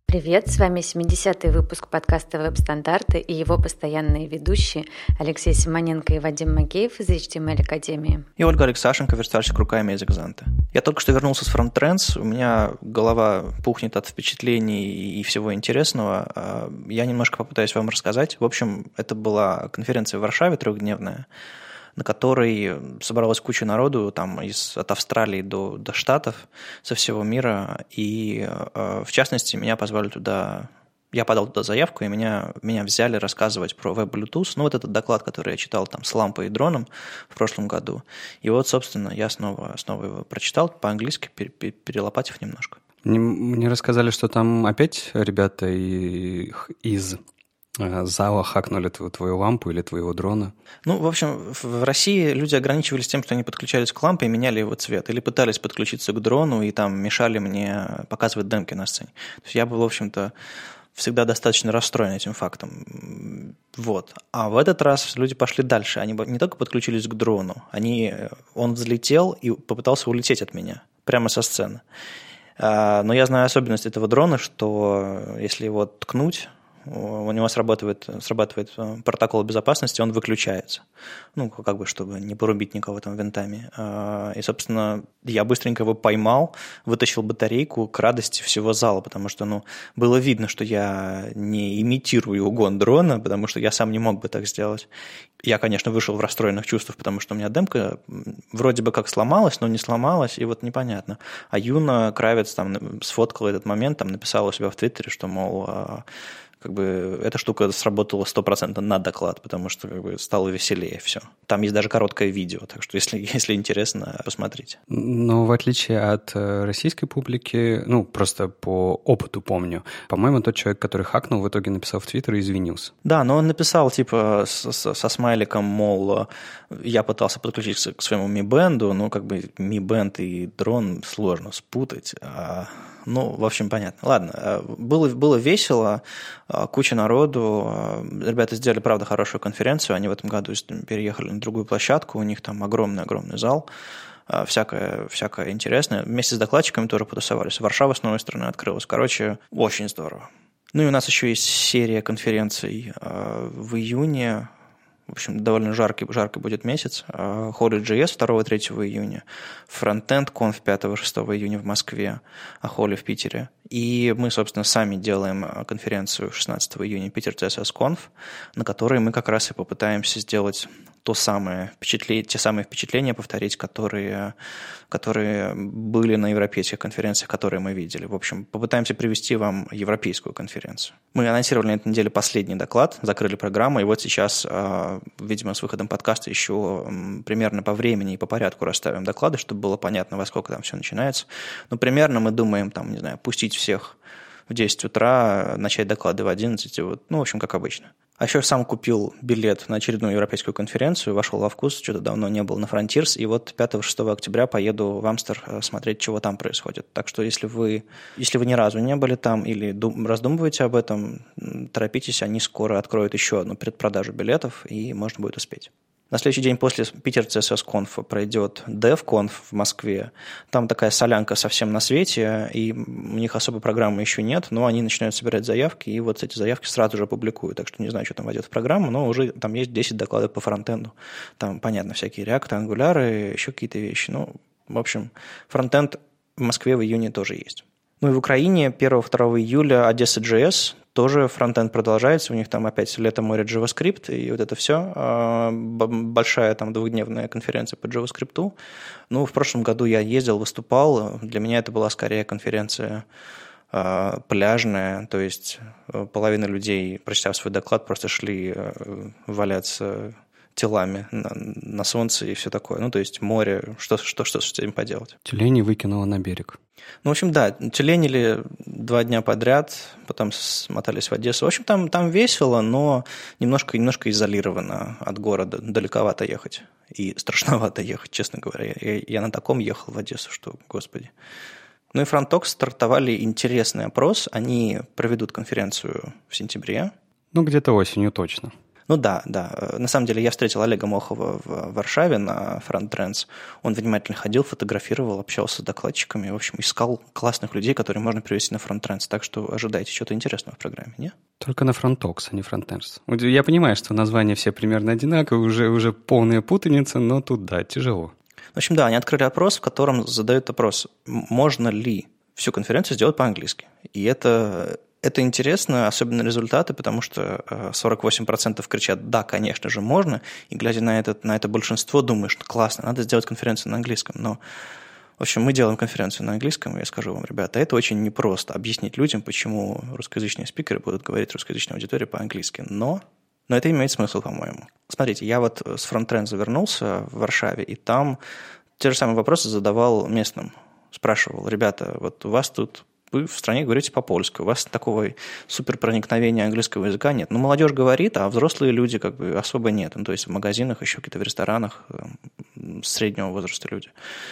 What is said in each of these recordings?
Привет, с вами 70-й выпуск подкаста «Веб-стандарты» и его постоянные ведущие Алексей Симоненко и Вадим Макеев из HTML Академии. И Ольга Алексашенко, верстальщик руками из Экзанта. Я только что вернулся с FrontTrends, у меня голова пухнет от впечатлений и всего интересного. Я немножко попытаюсь вам рассказать. В общем, это была конференция в Варшаве трехдневная, на которой собралась куча народу там, от Австралии до Штатов, со всего мира. И, в частности, меня позвали туда, я подал туда заявку, и меня взяли рассказывать про Web-Bluetooth. Ну, вот этот доклад, который я читал там с лампой и дроном в прошлом году. И вот, собственно, я снова его прочитал по-английски, перелопатив немножко. Мне рассказали, что там опять ребята из зала хакнули твою лампу или твоего дрона? Ну, в общем, в России люди ограничивались тем, что они подключались к лампе и меняли его цвет. Или пытались подключиться к дрону и там мешали мне показывать демки на сцене. То есть я был, в общем-то, всегда достаточно расстроен этим фактом. Вот. А в этот раз люди пошли дальше. Они не только подключились к дрону, он взлетел и попытался улететь от меня прямо со сцены. Но я знаю особенность этого дрона, что если его ткнуть, у него срабатывает протокол безопасности, он выключается. Ну, как бы, чтобы не порубить никого там винтами. И, собственно, я быстренько его поймал, вытащил батарейку к радости всего зала, потому что, было видно, что я не имитирую угон дрона, потому что я сам не мог бы так сделать. Я, конечно, вышел в расстроенных чувствах, потому что у меня демка вроде бы как сломалась, но не сломалась, и вот непонятно. А Юна Кравец там сфоткала этот момент, там написала у себя в Твиттере, что, мол, как бы эта штука сработала 100% на доклад, потому что как бы стало веселее все. Там есть даже короткое видео, так что если интересно, посмотрите. Но в отличие от российской публики, просто по опыту помню, по-моему, тот человек, который хакнул, в итоге написал в Твиттер и извинился. Да, но он написал типа со смайликом, мол, я пытался подключиться к своему Mi Band, как бы Mi Band и дрон сложно спутать. В общем, понятно. Ладно, было весело, куча народу. Ребята сделали, правда, хорошую конференцию. Они в этом году переехали на другую площадку. У них там огромный зал. Всякое интересное. Вместе с докладчиками тоже потусовались. Варшава с новой стороны открылась. Короче, очень здорово. И у нас еще есть серия конференций в июне. В общем, довольно жаркий будет месяц. Holy.js 2-3 июня, Frontend Conf 5-6 июня в Москве, а Holy в Питере. И мы, собственно, сами делаем конференцию 16 июня Питер CSS Conf, на которой мы как раз и попытаемся сделать те самые впечатления повторить, которые были на европейских конференциях, которые мы видели. В общем, попытаемся привести вам европейскую конференцию. Мы анонсировали на этой неделе последний доклад, закрыли программу, и вот сейчас, видимо, с выходом подкаста еще примерно по времени и по порядку расставим доклады, чтобы было понятно, во сколько там все начинается. Примерно мы думаем, пустить всех в 10 утра, начать доклады в 11, в общем, как обычно. А еще сам купил билет на очередную европейскую конференцию, вошел во вкус, что-то давно не был на Frontiers, и вот 5-6 октября поеду в Амстер смотреть, чего там происходит. Так что если вы ни разу не были там или раздумываете об этом, торопитесь, они скоро откроют еще одну предпродажу билетов, и можно будет успеть. На следующий день после Питер CSS Conf пройдет DevConf в Москве. Там такая солянка совсем на свете, и у них особой программы еще нет, но они начинают собирать заявки, и вот эти заявки сразу же публикуют. Так что не знаю, что там войдет в программу, но уже там есть 10 докладов по фронтенду. Там, понятно, всякие React, Angular, еще какие-то вещи. В общем, фронтенд в Москве в июне тоже есть. И в Украине 1-2 июля Odessa.js, тоже фронтенд продолжается, у них там опять лето, море, JavaScript, и вот это все. Большая там 2-дневная конференция по JavaScript. В прошлом году я ездил, выступал, для меня это была скорее конференция пляжная, то есть половина людей, прочитав свой доклад, просто шли валяться телами на солнце и все такое. То есть море, что с этим поделать? Тюлени выкинуло на берег. В общем, да, тюленили 2 дня подряд, потом смотались в Одессу. В общем, там весело, но немножко изолировано от города, далековато ехать. И страшновато ехать, честно говоря. Я на таком ехал в Одессу, что, господи. И Frontox стартовали интересный опрос. Они проведут конференцию в сентябре. Где-то осенью точно. Ну да. На самом деле я встретил Олега Мохова в Варшаве на FrontTrends. Он внимательно ходил, фотографировал, общался с докладчиками, в общем, искал классных людей, которые можно привести на FrontTrends. Так что ожидайте чего-то интересного в программе, не? Только на FrontTalks, а не FrontTrends. Я понимаю, что названия все примерно одинаковые, уже полная путаница, но тут, да, тяжело. В общем, да, они открыли опрос, в котором задают вопрос, можно ли всю конференцию сделать по-английски. И это интересно, особенно результаты, потому что 48% кричат «да, конечно же, можно», и глядя на это большинство, думаешь, классно, надо сделать конференцию на английском. Но, в общем, мы делаем конференцию на английском, и я скажу вам, ребята, это очень непросто объяснить людям, почему русскоязычные спикеры будут говорить русскоязычной аудитории по-английски. Но это имеет смысл, по-моему. Смотрите, я вот с FrontTrends вернулся в Варшаве, и там те же самые вопросы задавал местным. Спрашивал, ребята, вот у вас тут, вы в стране говорите по-польски, у вас такого суперпроникновения английского языка нет. Ну, молодежь говорит, а взрослые люди как бы особо нет. Ну, то есть в магазинах, еще какие-то в ресторанах среднего возраста люди.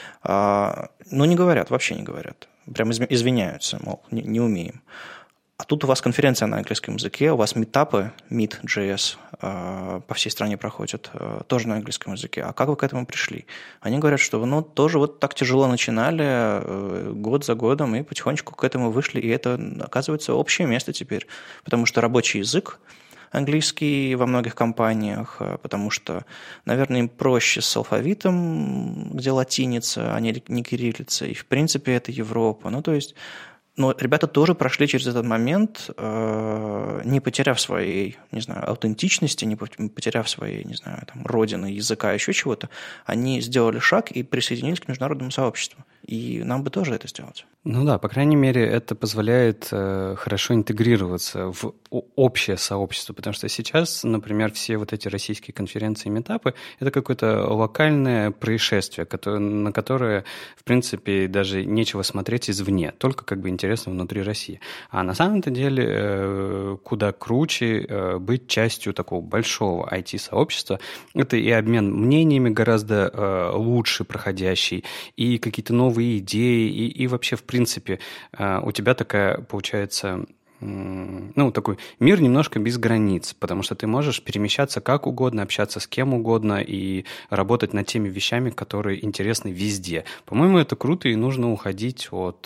Ну, не говорят, вообще не говорят. Прям извиняются, мол, не умеем. А тут у вас конференция на английском языке, у вас митапы, Meet.js по всей стране проходят, тоже на английском языке. А как вы к этому пришли? Они говорят, что тоже вот так тяжело начинали год за годом и потихонечку к этому вышли, и это, оказывается, общее место теперь. Потому что рабочий язык английский во многих компаниях, потому что, наверное, им проще с алфавитом, где латиница, а не кириллица, и, в принципе, это Европа. Ну, то есть... Но ребята тоже прошли через этот момент, не потеряв своей, не знаю, аутентичности, не потеряв своей, не знаю, там, родины, языка, еще чего-то. Они сделали шаг и присоединились к международному сообществу. И нам бы тоже это сделать. Ну да, по крайней мере, это позволяет хорошо интегрироваться в общее сообщество, потому что сейчас, например, все вот эти российские конференции и митапы – это какое-то локальное происшествие, на которое, в принципе, даже нечего смотреть извне, только как бы интересно внутри России. А на самом-то деле куда круче быть частью такого большого IT-сообщества. Это и обмен мнениями гораздо лучше проходящий, и какие-то новые идеи, и вообще, в принципе, у тебя такая, получается, такой мир немножко без границ, потому что ты можешь перемещаться как угодно, общаться с кем угодно и работать над теми вещами, которые интересны везде. По-моему, это круто, и нужно уходить от...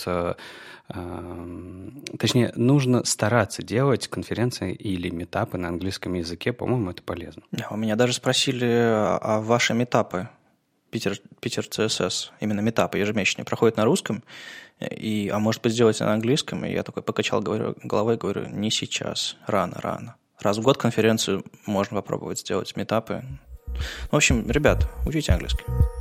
Точнее, нужно стараться делать конференции или митапы на английском языке. По-моему, это полезно. У меня даже спросили, а ваши митапы Питер CSS, именно митапы ежемесячные, проходят на русском, а может быть сделать на английском, и я такой покачал головой и говорю, не сейчас, рано. Раз в год конференцию можно попробовать сделать, митапы. В общем, ребят, учите английский.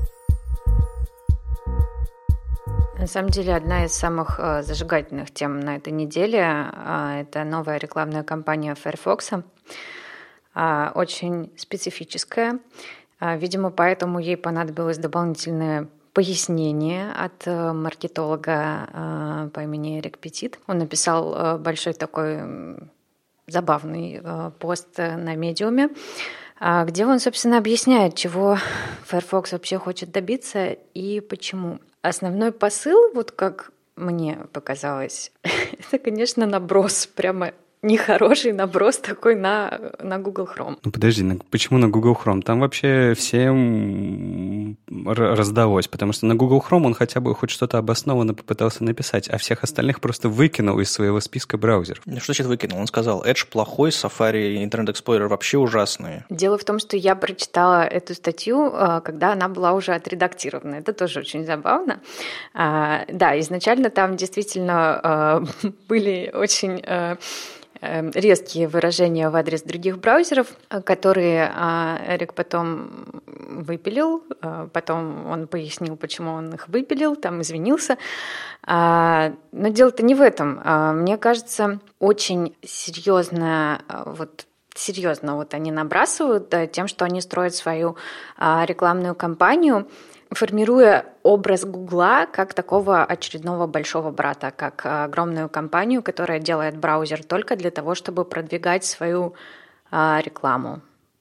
На самом деле, одна из самых зажигательных тем на этой неделе – это новая рекламная кампания Firefox, очень специфическая. Видимо, поэтому ей понадобилось дополнительное пояснение от маркетолога по имени Эрик Петит. Он написал большой такой забавный пост на Медиуме, где он, собственно, объясняет, чего Firefox вообще хочет добиться и почему. Основной посыл, вот как мне показалось, это, конечно, наброс, прямо нехороший наброс такой на Google Chrome. Ну подожди, почему на Google Chrome? Там вообще всем раздалось, потому что на Google Chrome он хотя бы хоть что-то обоснованно попытался написать, а всех остальных просто выкинул из своего списка браузеров. Что значит выкинул? Он сказал, Edge плохой, Safari и Internet Explorer вообще ужасные. Дело в том, что я прочитала эту статью, когда она была уже отредактирована. Это тоже очень забавно. Да, изначально там действительно были очень... резкие выражения в адрес других браузеров, которые Эрик потом выпилил, потом он пояснил, почему он их выпилил, там извинился. Но дело-то не в этом. Мне кажется, очень серьезно они набрасывают тем, что они строят свою рекламную кампанию, формируя образ Гугла как такого очередного большого брата, как огромную компанию, которая делает браузер только для того, чтобы продвигать свою рекламу.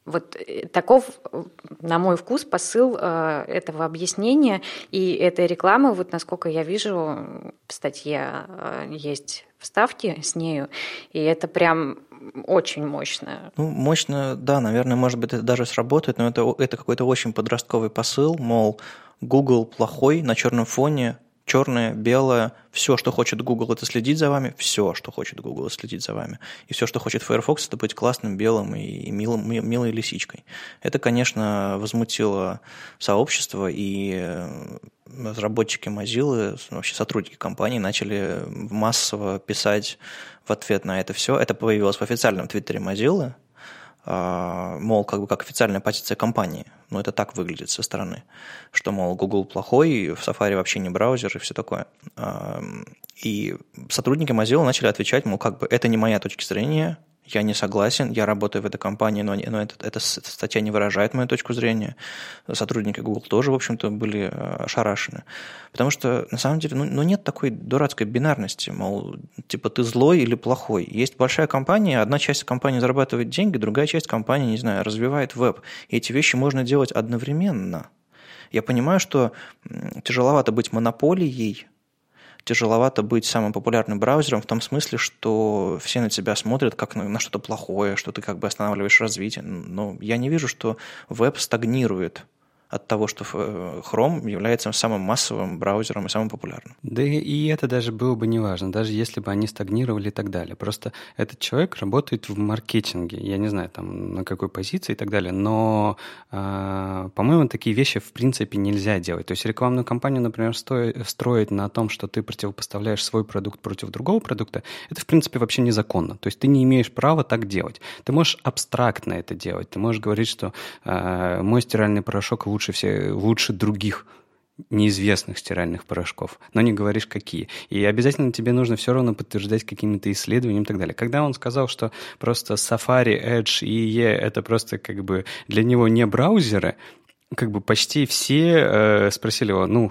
Вот таков, на мой вкус, посыл этого объяснения и этой рекламы. Вот насколько я вижу, в статье есть вставки с нею, и это прям очень мощно. Ну, мощно, да, наверное, может быть, это даже сработает, но это какой-то очень подростковый посыл, мол, Google плохой на черном фоне, черное, белое, все, что хочет Google, это следить за вами, все, что хочет Google, это следить за вами. И все, что хочет Firefox, это быть классным, белым и милой лисичкой. Это, конечно, возмутило сообщество, и разработчики Mozilla, вообще сотрудники компании начали массово писать в ответ на это все. Это появилось в официальном твиттере Mozilla, мол, как официальная позиция компании. Но это так выглядит со стороны, что, мол, Google плохой, в Safari вообще не браузер и все такое. И сотрудники Mozilla начали отвечать, мол, это не моя точка зрения, я не согласен, я работаю в этой компании, но эта статья не выражает мою точку зрения. Сотрудники Google тоже, в общем-то, были ошарашены. Потому что, на самом деле, нет такой дурацкой бинарности, мол, типа ты злой или плохой. Есть большая компания, одна часть компании зарабатывает деньги, другая часть компании, не знаю, развивает веб. И эти вещи можно делать одновременно. Я понимаю, что тяжеловато быть монополией, тяжеловато быть самым популярным браузером в том смысле, что все на тебя смотрят как на что-то плохое, что ты как бы останавливаешь развитие. Но я не вижу, что веб стагнирует от того, что Chrome является самым массовым браузером и самым популярным. Да и это даже было бы неважно, даже если бы они стагнировали и так далее. Просто этот человек работает в маркетинге, я не знаю, там, на какой позиции и так далее, но, по-моему, такие вещи в принципе нельзя делать. То есть рекламную кампанию, например, строить на том, что ты противопоставляешь свой продукт против другого продукта, это, в принципе, вообще незаконно. То есть ты не имеешь права так делать. Ты можешь абстрактно это делать. Ты можешь говорить, что мой стиральный порошок лучше других неизвестных стиральных порошков, но не говоришь, какие. И обязательно тебе нужно все равно подтверждать какими-то исследованиями и так далее. Когда он сказал, что просто Safari, Edge и IE это просто как бы для него не браузеры, как бы почти все спросили его,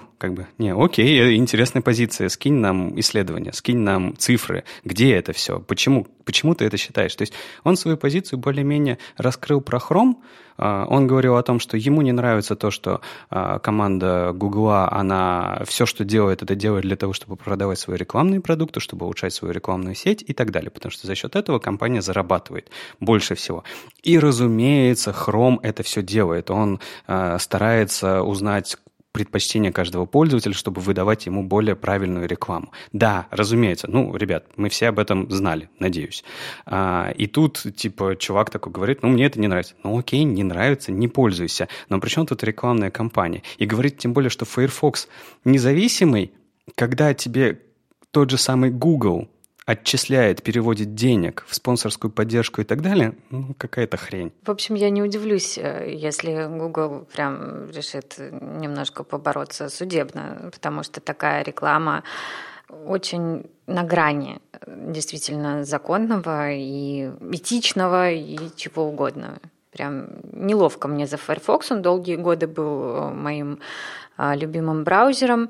окей, интересная позиция, скинь нам исследования, скинь нам цифры, где это все, почему ты это считаешь? То есть он свою позицию более-менее раскрыл про Chrome, он говорил о том, что ему не нравится то, что команда Гугла, она все, что делает, это делает для того, чтобы продавать свои рекламные продукты, чтобы улучшать свою рекламную сеть и так далее, потому что за счет этого компания зарабатывает больше всего. И, разумеется, Chrome это все делает. Он старается узнать предпочтения каждого пользователя, чтобы выдавать ему более правильную рекламу. Да, разумеется. Ребят, мы все об этом знали, надеюсь. И тут, чувак такой говорит, мне это не нравится. Окей, не нравится, не пользуйся. Но при чем тут рекламная кампания? И говорит тем более, что Firefox независимый, когда тебе тот же самый Google отчисляет, переводит денег в спонсорскую поддержку и так далее, какая-то хрень. В общем, я не удивлюсь, если Google прям решит немножко побороться судебно, потому что такая реклама очень на грани действительно законного и этичного и чего угодно. Прям неловко мне за Firefox, он долгие годы был моим любимым браузером.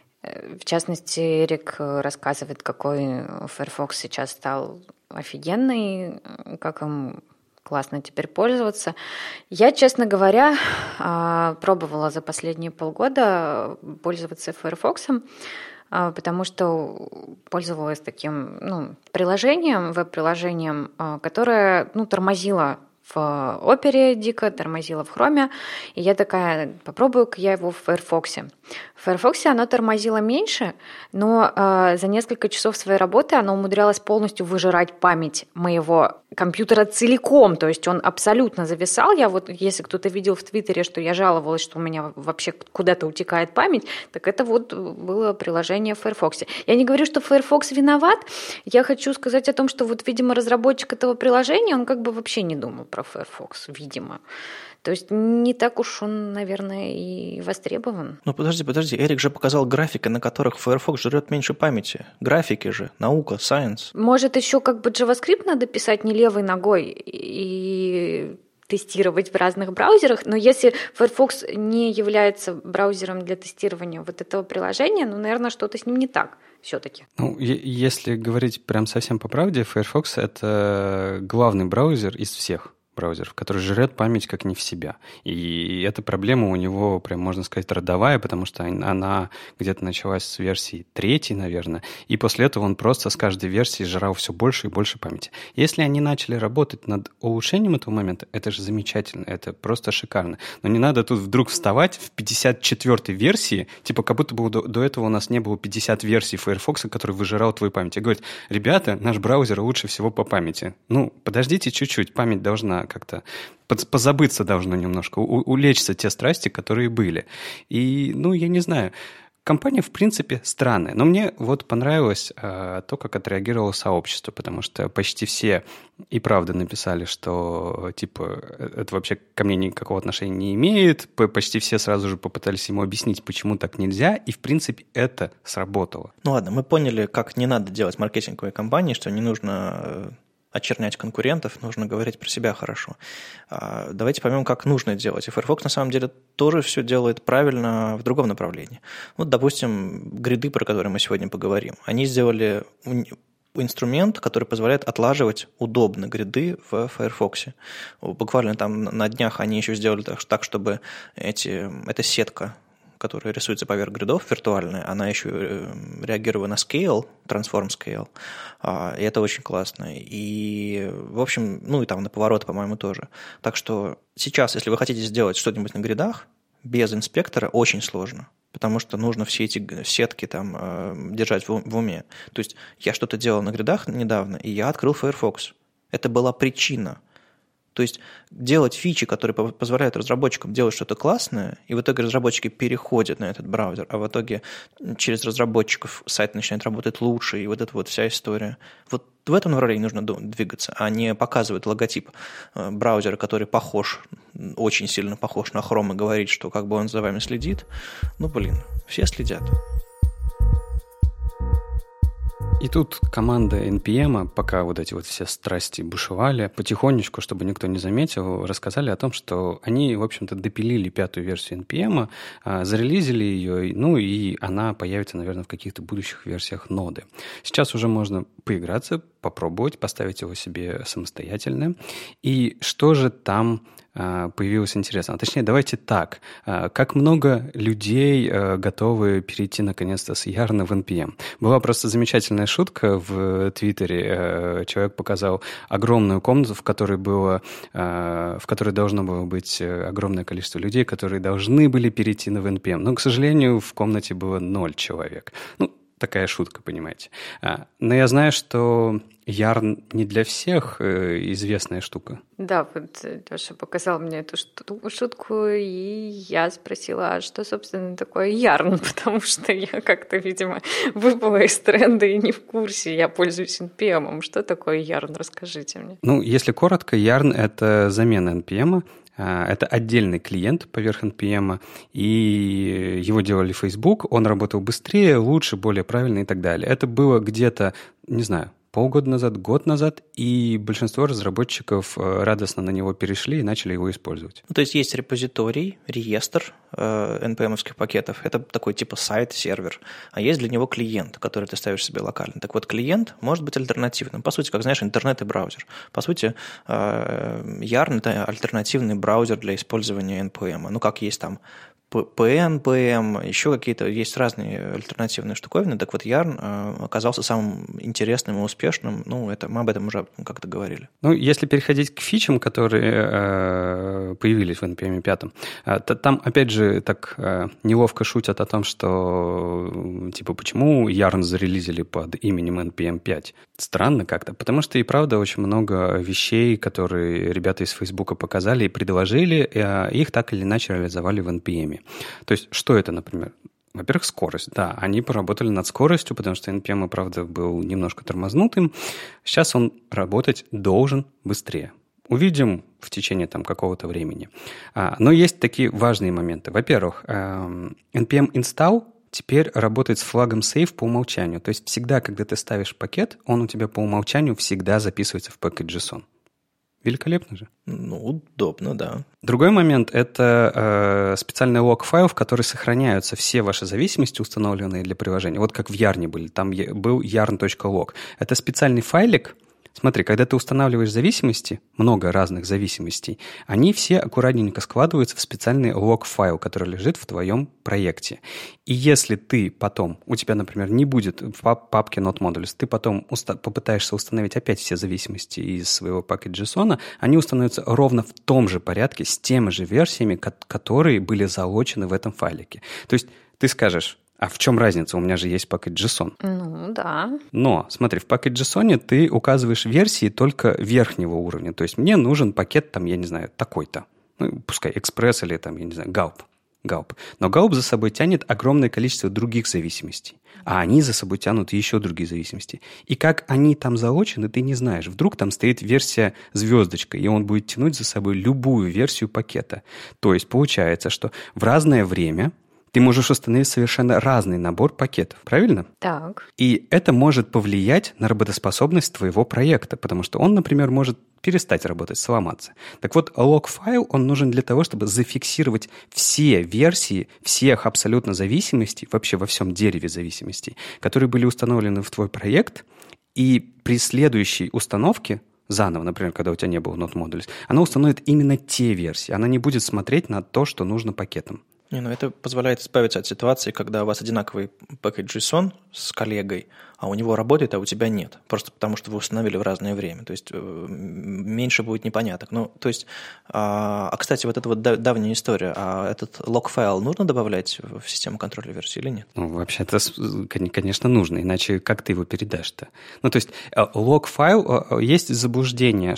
В частности, Эрик рассказывает, какой Firefox сейчас стал офигенный, как им классно теперь пользоваться. Я, честно говоря, пробовала за последние полгода пользоваться Firefox, потому что пользовалась таким приложением, веб-приложением, которое тормозило в Опере дико, тормозила в Хроме, и я такая, попробую-ка я его в Firefox. В Firefox оно тормозило меньше, но за несколько часов своей работы оно умудрялось полностью выжирать память моего компьютера целиком, то есть он абсолютно зависал. Если кто-то видел в Твиттере, что я жаловалась, что у меня вообще куда-то утекает память, так это было приложение в Firefox. Я не говорю, что Firefox виноват, я хочу сказать о том, что видимо, разработчик этого приложения, он как бы вообще не думал про Firefox, видимо. То есть не так уж он, наверное, и востребован. Подожди, Эрик же показал графики, на которых Firefox жрет меньше памяти. Графики же, наука, science. Может, еще как бы JavaScript надо писать не левой ногой и тестировать в разных браузерах, но если Firefox не является браузером для тестирования этого приложения, наверное, что-то с ним не так все-таки. Если говорить прям совсем по правде, Firefox — это главный браузер из всех браузеров, который жрет память как не в себя. И эта проблема у него, прям можно сказать, родовая, потому что она где-то началась с версии 3, наверное, и после этого он просто с каждой версии жрал все больше и больше памяти. Если они начали работать над улучшением этого момента, это же замечательно, это просто шикарно. Но не надо тут вдруг вставать в 54-й версии, типа как будто бы до этого у нас не было 50 версий Firefox, который выжирал твою память. И говорит, ребята, наш браузер лучше всего по памяти. Ну, подождите чуть-чуть, память должна как-то позабыться должно немножко, улечься те страсти, которые были. И, ну, я не знаю, компания, в принципе, странная. Но мне вот понравилось то, как отреагировало сообщество, потому что почти все и правда написали, что, типа, это вообще ко мне никакого отношения не имеет. Почти все сразу же попытались ему объяснить, почему так нельзя, и, в принципе, это сработало. Ну ладно, мы поняли, как не надо делать маркетинговые кампании, что не нужно очернять конкурентов, нужно говорить про себя хорошо. Давайте поймем, как нужно делать. И Firefox, на самом деле, тоже все делает правильно в другом направлении. Вот, допустим, гриды, про которые мы сегодня поговорим. Они сделали инструмент, который позволяет отлаживать удобно гриды в Firefox. Буквально там на днях они еще сделали так, чтобы эта сетка, которая рисуется поверх гридов, виртуальная, она еще реагировала на scale, transform scale, и это очень классно. И, в общем, ну и там на повороты, по-моему, тоже. Так что сейчас, если вы хотите сделать что-нибудь на гридах, без инспектора очень сложно, потому что нужно все эти сетки там держать в уме. То есть я что-то делал на гридах недавно, и я открыл Firefox. Это была причина. То есть делать фичи, которые позволяют разработчикам делать что-то классное, и в итоге разработчики переходят на этот браузер, а в итоге через разработчиков сайт начинает работать лучше, и вот эта вот вся история. Вот в этом направлении нужно двигаться, а не показывать логотип браузера, который похож, очень сильно похож на Chrome, и говорить, что как бы он за вами следит. Ну, блин, все следят. И тут команда NPM, пока вот эти вот все страсти бушевали, потихонечку, чтобы никто не заметил, рассказали о том, что они, в общем-то, допилили 5-ю версию NPM, зарелизили ее, ну и она появится, наверное, в каких-то будущих версиях ноды. Сейчас уже можно поиграться, попробовать, поставить его себе самостоятельно. И что же там появилось интересно? Точнее, давайте так. Как много людей готовы перейти наконец-то с Yarn в NPM? Была просто замечательная шутка в Твиттере. Человек показал огромную комнату, в которой должно было быть огромное количество людей, которые должны были перейти на NPM. Но, к сожалению, в комнате было 0 человек. Ну, такая шутка, понимаете. Но я знаю, что Yarn не для всех известная штука. Да, вот Леша показал мне эту шутку, и я спросила, а что, собственно, такое Yarn? Потому что я как-то, видимо, выпала из тренда и не в курсе. Я пользуюсь NPM. Что такое Yarn? Расскажите мне. Ну, если коротко, Yarn — это замена NPM. Это отдельный клиент поверх NPM, и его делали Facebook. Он работал быстрее, лучше, более правильно и так далее. Это было где-то, не знаю, полгода назад, год назад, и большинство разработчиков радостно на него перешли и начали его использовать. Ну, то есть есть репозиторий, реестр NPM-овских пакетов. Это такой типа сайт-сервер. А есть для него клиент, который ты ставишь себе локально. Так вот, клиент может быть альтернативным. По сути, как знаешь, интернет и браузер. По сути, Yarn – это альтернативный браузер для использования NPM. Ну, как есть там PM, еще какие-то, есть разные альтернативные штуковины. Так вот, Yarn оказался самым интересным и успешным. Ну, мы об этом уже как-то говорили. Ну, если переходить к фичам, которые появились в NPM 5, там, опять же, так неловко шутят о том, что, типа, почему Yarn зарелизили под именем NPM 5? Странно как-то, потому что и правда очень много вещей, которые ребята из Фейсбука показали и предложили, их так или иначе реализовали в NPM. То есть, что это, например? Во-первых, скорость. Да, они поработали над скоростью, потому что NPM, правда, был немножко тормознутым. Сейчас он работать должен быстрее. Увидим в течение там какого-то времени. Но есть такие важные моменты. Во-первых, NPM install теперь работает с флагом save по умолчанию. То есть всегда, когда ты ставишь пакет, он у тебя по умолчанию всегда записывается в package.json. Великолепно же. Ну, удобно, да. Другой момент – это специальный лог-файл, в который сохраняются все ваши зависимости, установленные для приложения. Вот как в Yarn были. Там был yarn.log. Это специальный файлик, Смотри, когда ты устанавливаешь зависимости, много разных зависимостей, они все аккуратненько складываются в специальный лог-файл, который лежит в твоем проекте. И если ты потом, у тебя, например, не будет в папке NodeModules, ты потом попытаешься установить опять все зависимости из своего package.json, они установятся ровно в том же порядке, с теми же версиями, которые были залочены в этом файлике. То есть ты скажешь, а в чем разница? У меня же есть package.json. Ну, да. Но, смотри, в package.json ты указываешь версии только верхнего уровня. То есть мне нужен пакет, там, я не знаю, такой-то. Ну, пускай Express или, там, я не знаю, Gulp. Но Gulp за собой тянет огромное количество других зависимостей. А они за собой тянут еще другие зависимости. И как они там залочены, ты не знаешь. Вдруг там стоит версия звездочка, и он будет тянуть за собой любую версию пакета. То есть получается, что в разное время ты можешь установить совершенно разный набор пакетов, правильно? Так. И это может повлиять на работоспособность твоего проекта, потому что он, например, может перестать работать, сломаться. Так вот, лог-файл, он нужен для того, чтобы зафиксировать все версии всех абсолютно зависимостей, вообще во всем дереве зависимостей, которые были установлены в твой проект, и при следующей установке заново, например, когда у тебя не было NodeModules, она установит именно те версии. Она не будет смотреть на то, что нужно пакетам. Ну это позволяет избавиться от ситуации, когда у вас одинаковый package.json с коллегой, а у него работает, а у тебя нет. Просто потому, что вы установили в разное время. То есть меньше будет непоняток. Ну, то есть, кстати, вот это вот давняя история. А этот лог-файл нужно добавлять в систему контроля версии или нет? Ну, вообще-то, конечно, нужно. Иначе как ты его передашь-то? Ну, то есть, лог-файл, есть заблуждение,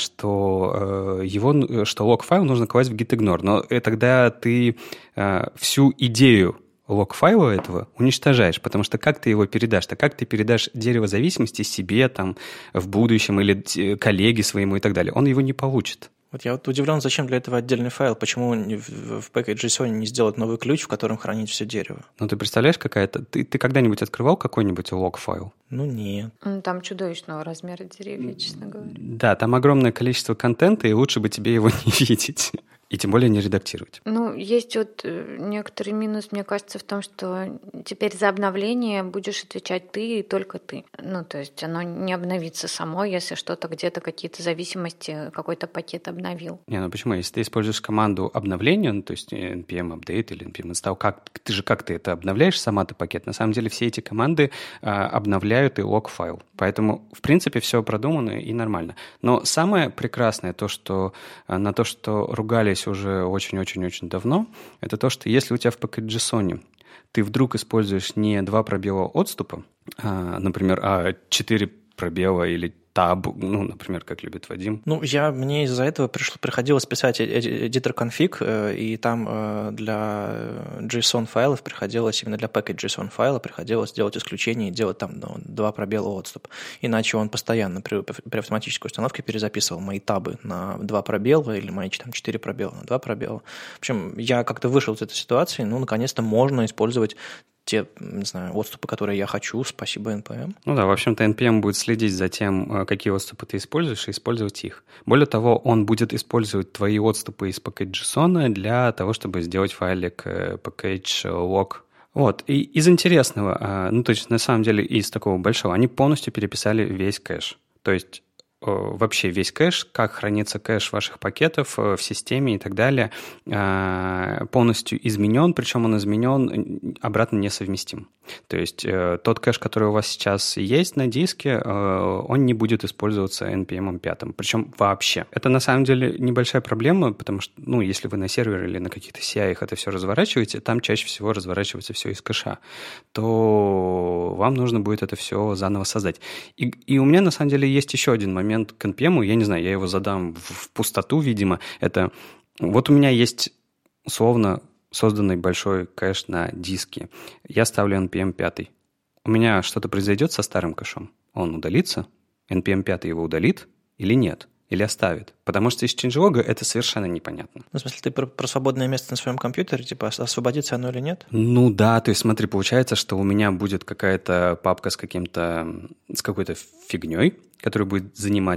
что лог-файл нужно класть в gitignore. Но тогда ты всю идею лог-файла этого уничтожаешь, потому что как ты его передашь-то? Как ты передашь дерево зависимости себе там в будущем или коллеге своему и так далее? Он его не получит. Вот я вот удивлен, зачем для этого отдельный файл, почему в package.json не сделать новый ключ, в котором хранить все дерево? Ну, ты представляешь, какая-то... Ты когда-нибудь открывал какой-нибудь лог-файл? Ну, нет. Там чудовищного размера деревья, честно говоря. Да, там огромное количество контента, и лучше бы тебе его не видеть. И тем более не редактировать. Ну, есть вот некоторый минус, мне кажется, в том, что теперь за обновление будешь отвечать ты и только ты. Ну, то есть оно не обновится само, если что-то где-то какие-то зависимости, какой-то пакет обновил. Не, ну почему? Если ты используешь команду обновления, ну, то есть npm update или npm install, как ты это обновляешь сама-то пакет? На самом деле все эти команды обновляют и лог-файл. Поэтому, в принципе, все продумано и нормально. Но самое прекрасное, на то, что ругались уже очень-очень-очень давно, это то, что если у тебя в package.json ты вдруг используешь не 2 пробела отступа, например, а 4 пробела или таб, ну, например, как любит Вадим. Ну, мне из-за этого приходилось писать editor config, и там для JSON файлов приходилось, именно для package JSON файла приходилось делать исключение и делать там 2 пробела отступ. Иначе он постоянно при автоматической установке перезаписывал мои табы на 2 пробела или мои там 4 пробела на 2 пробела. В общем, я как-то вышел из этой ситуации, наконец-то можно использовать те, не знаю, отступы, которые я хочу, спасибо NPM. Ну да, в общем-то, NPM будет следить за тем, какие отступы ты используешь, и использовать их. Более того, он будет использовать твои отступы из package.json для того, чтобы сделать файлик package.log. Вот, и из интересного, то есть на самом деле из такого большого, они полностью переписали весь кэш. То есть вообще весь кэш, как хранится кэш ваших пакетов в системе и так далее, полностью изменен, причем он изменен обратно несовместим. То есть тот кэш, который у вас сейчас есть на диске, он не будет использоваться NPM 5. Причем вообще. Это на самом деле небольшая проблема, потому что, если вы на сервере или на каких-то CI это все разворачиваете, там чаще всего разворачивается все из кэша, то вам нужно будет это все заново создать. И у меня на самом деле есть еще один момент к NPM, я не знаю, я его задам в пустоту, видимо. Это вот у меня есть условно созданный большой кэш на диске. Я ставлю NPM 5. У меня что-то произойдет со старым кэшом? Он удалится? NPM 5 его удалит или нет? Или оставит? Потому что из changelog это совершенно непонятно. Ну, в смысле, ты про свободное место на своем компьютере, типа освободится оно или нет? Ну да, то есть смотри, получается, что у меня будет какая-то папка с какой-то фигней, которая будет занимать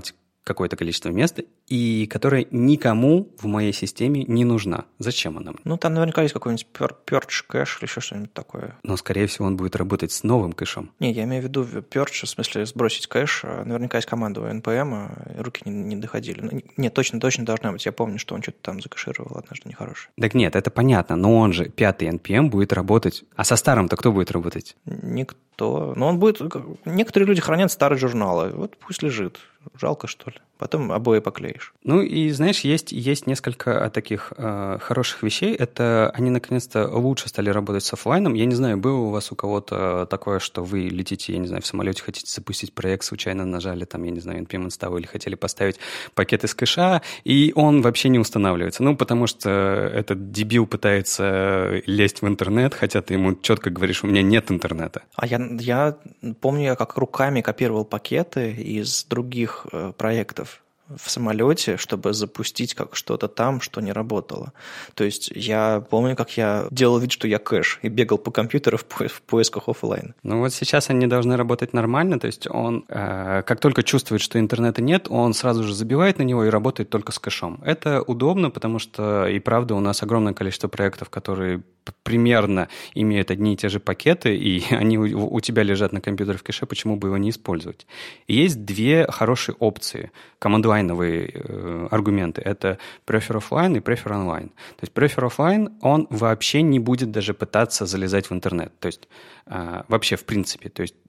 какое-то количество места, и которая никому в моей системе не нужна. Зачем она мне? Ну, там наверняка есть какой-нибудь purge кэш или еще что-нибудь такое. Но, скорее всего, он будет работать с новым кэшем. Не, я имею в виду purge, в смысле сбросить кэш. Наверняка есть команда у NPM, руки не доходили. Нет, точно должна быть. Я помню, что он что-то там закэшировал однажды нехорошее. Так нет, это понятно, но он же 5-й NPM будет работать. А со старым-то кто будет работать? Никто. Но он будет... Некоторые люди хранят старые журналы. Вот пусть лежит. Жалко, что ли. Потом обои поклеишь. Ну и, знаешь, есть несколько таких хороших вещей. Это они, наконец-то, лучше стали работать с офлайном. Я не знаю, было у вас у кого-то такое, что вы летите, я не знаю, в самолете, хотите запустить проект, случайно нажали, там, я не знаю, npm install или хотели поставить пакет из кэша, и он вообще не устанавливается. Ну, потому что этот дебил пытается лезть в интернет, хотя ты ему четко говоришь, у меня нет интернета. А я помню, я как руками копировал пакеты из других проектов в самолете, чтобы запустить как что-то там, что не работало. То есть я помню, как я делал вид, что я кэш, и бегал по компьютеру в поисках офлайн. Ну вот сейчас они должны работать нормально, то есть он, как только чувствует, что интернета нет, он сразу же забивает на него и работает только с кэшом. Это удобно, потому что, и правда, у нас огромное количество проектов, которые примерно имеют одни и те же пакеты, и они у тебя лежат на компьютере в кэше, почему бы его не использовать? И есть две хорошие опции, команд-лайновые аргументы. Это prefer offline и prefer online. То есть prefer offline, он вообще не будет даже пытаться залезать в интернет. То есть вообще в принципе. То есть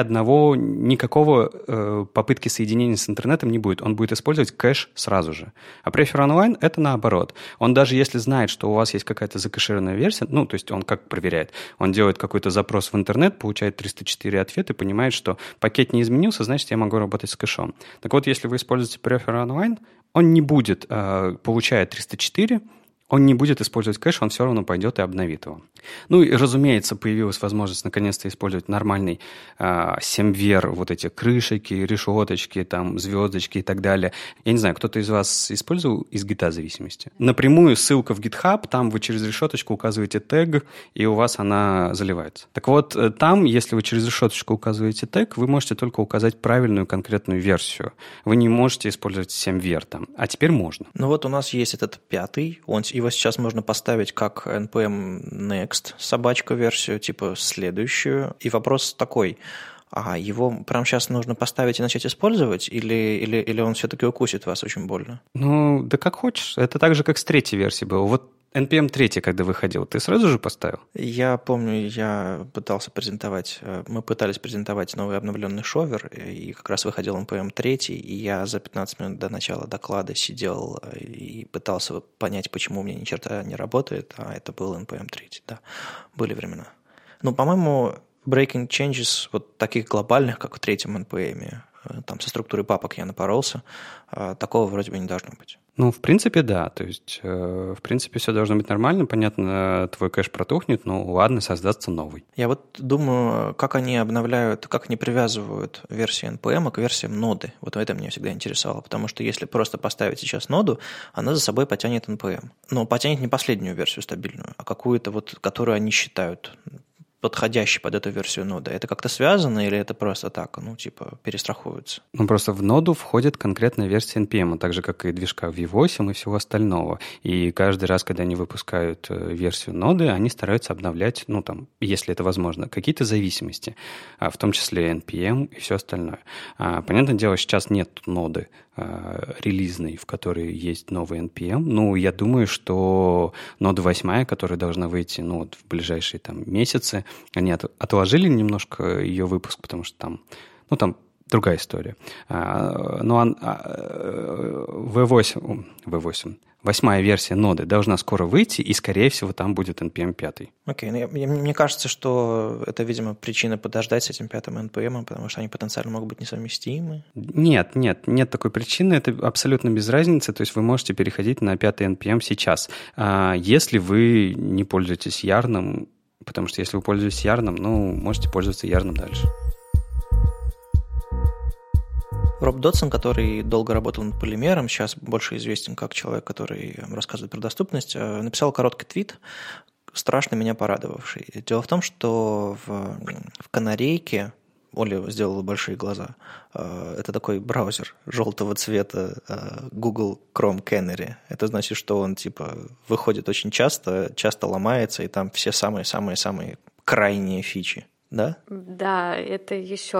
никакого попытки соединения с интернетом не будет. Он будет использовать кэш сразу же. А prefer online — это наоборот. Он даже если знает, что у вас есть какая-то закэшированная версия, ну, то есть он как проверяет? Он делает какой-то запрос в интернет, получает 304 ответа и понимает, что пакет не изменился, значит, я могу работать с кэшом. Так вот, если вы используете Prefer Online, он не будет, получая 304, он не будет использовать кэш, он все равно пойдет и обновит его. Ну и, разумеется, появилась возможность наконец-то использовать нормальный семвер, вот эти крышечки, решеточки, там, звездочки и так далее. Я не знаю, кто-то из вас использовал из гита зависимости? Напрямую ссылка в GitHub, там вы через решеточку указываете тег, и у вас она заливается. Так вот, там, если вы через решеточку указываете тег, вы можете только указать правильную конкретную версию. Вы не можете использовать семвер там, а теперь можно. Ну вот у нас есть этот 5-й, его сейчас можно поставить как npm next, собачка-версию, типа следующую. И вопрос такой, а его прямо сейчас нужно поставить и начать использовать, или он все-таки укусит вас очень больно? Ну, да как хочешь. Это так же, как с третьей версией было. Вот NPM 3, когда выходил, ты сразу же поставил? Я помню, мы пытались презентовать новый обновленный шовер, и как раз выходил NPM 3, и я за 15 минут до начала доклада сидел и пытался понять, почему у меня ни черта не работает, а это был NPM 3, да, были времена. Ну, по-моему, breaking changes вот таких глобальных, как в третьем NPM, там со структурой папок я напоролся, такого вроде бы не должно быть. Ну, в принципе, да. То есть, в принципе, все должно быть нормально. Понятно, твой кэш протухнет, но ладно, создастся новый. Я вот думаю, как они обновляют, как они привязывают версии NPM к версиям ноды. Вот это меня всегда интересовало, потому что если просто поставить сейчас ноду, она за собой потянет NPM. Но потянет не последнюю версию стабильную, а какую-то вот, которую они считают подходящий под эту версию ноды. Это как-то связано или это просто так, ну, типа, перестраховываются? Ну, просто в ноду входит конкретная версия NPM, так же, как и движка V8 и всего остального. И каждый раз, когда они выпускают версию ноды, они стараются обновлять, ну, там, если это возможно, какие-то зависимости, в том числе NPM и все остальное. Понятное дело, сейчас нет ноды релизной, в которой есть новый NPM. Ну, я думаю, что нода 8, которая должна выйти, ну, вот в ближайшие там месяцы, они отложили немножко ее выпуск, потому что там, ну, там другая история. Но V8, 8 версия ноды должна скоро выйти, и, скорее всего, там будет NPM 5. Окей, мне кажется, что это, видимо, причина подождать с этим 5-м NPM, потому что они потенциально могут быть несовместимы. Нет такой причины, это абсолютно без разницы, то есть вы можете переходить на 5-й NPM сейчас, если вы не пользуетесь Yarn, потому что если вы пользуетесь Yarn, ну, можете пользоваться Yarn дальше. Роб Дотсон, который долго работал над полимером, сейчас больше известен как человек, который рассказывает про доступность, написал короткий твит, страшно меня порадовавший. Дело в том, что в канарейке Оля сделала большие глаза. Это такой браузер желтого цвета Google Chrome Canary. Это значит, что он типа выходит очень часто ломается, и там все самые-самые-самые крайние фичи. Да? Да, это еще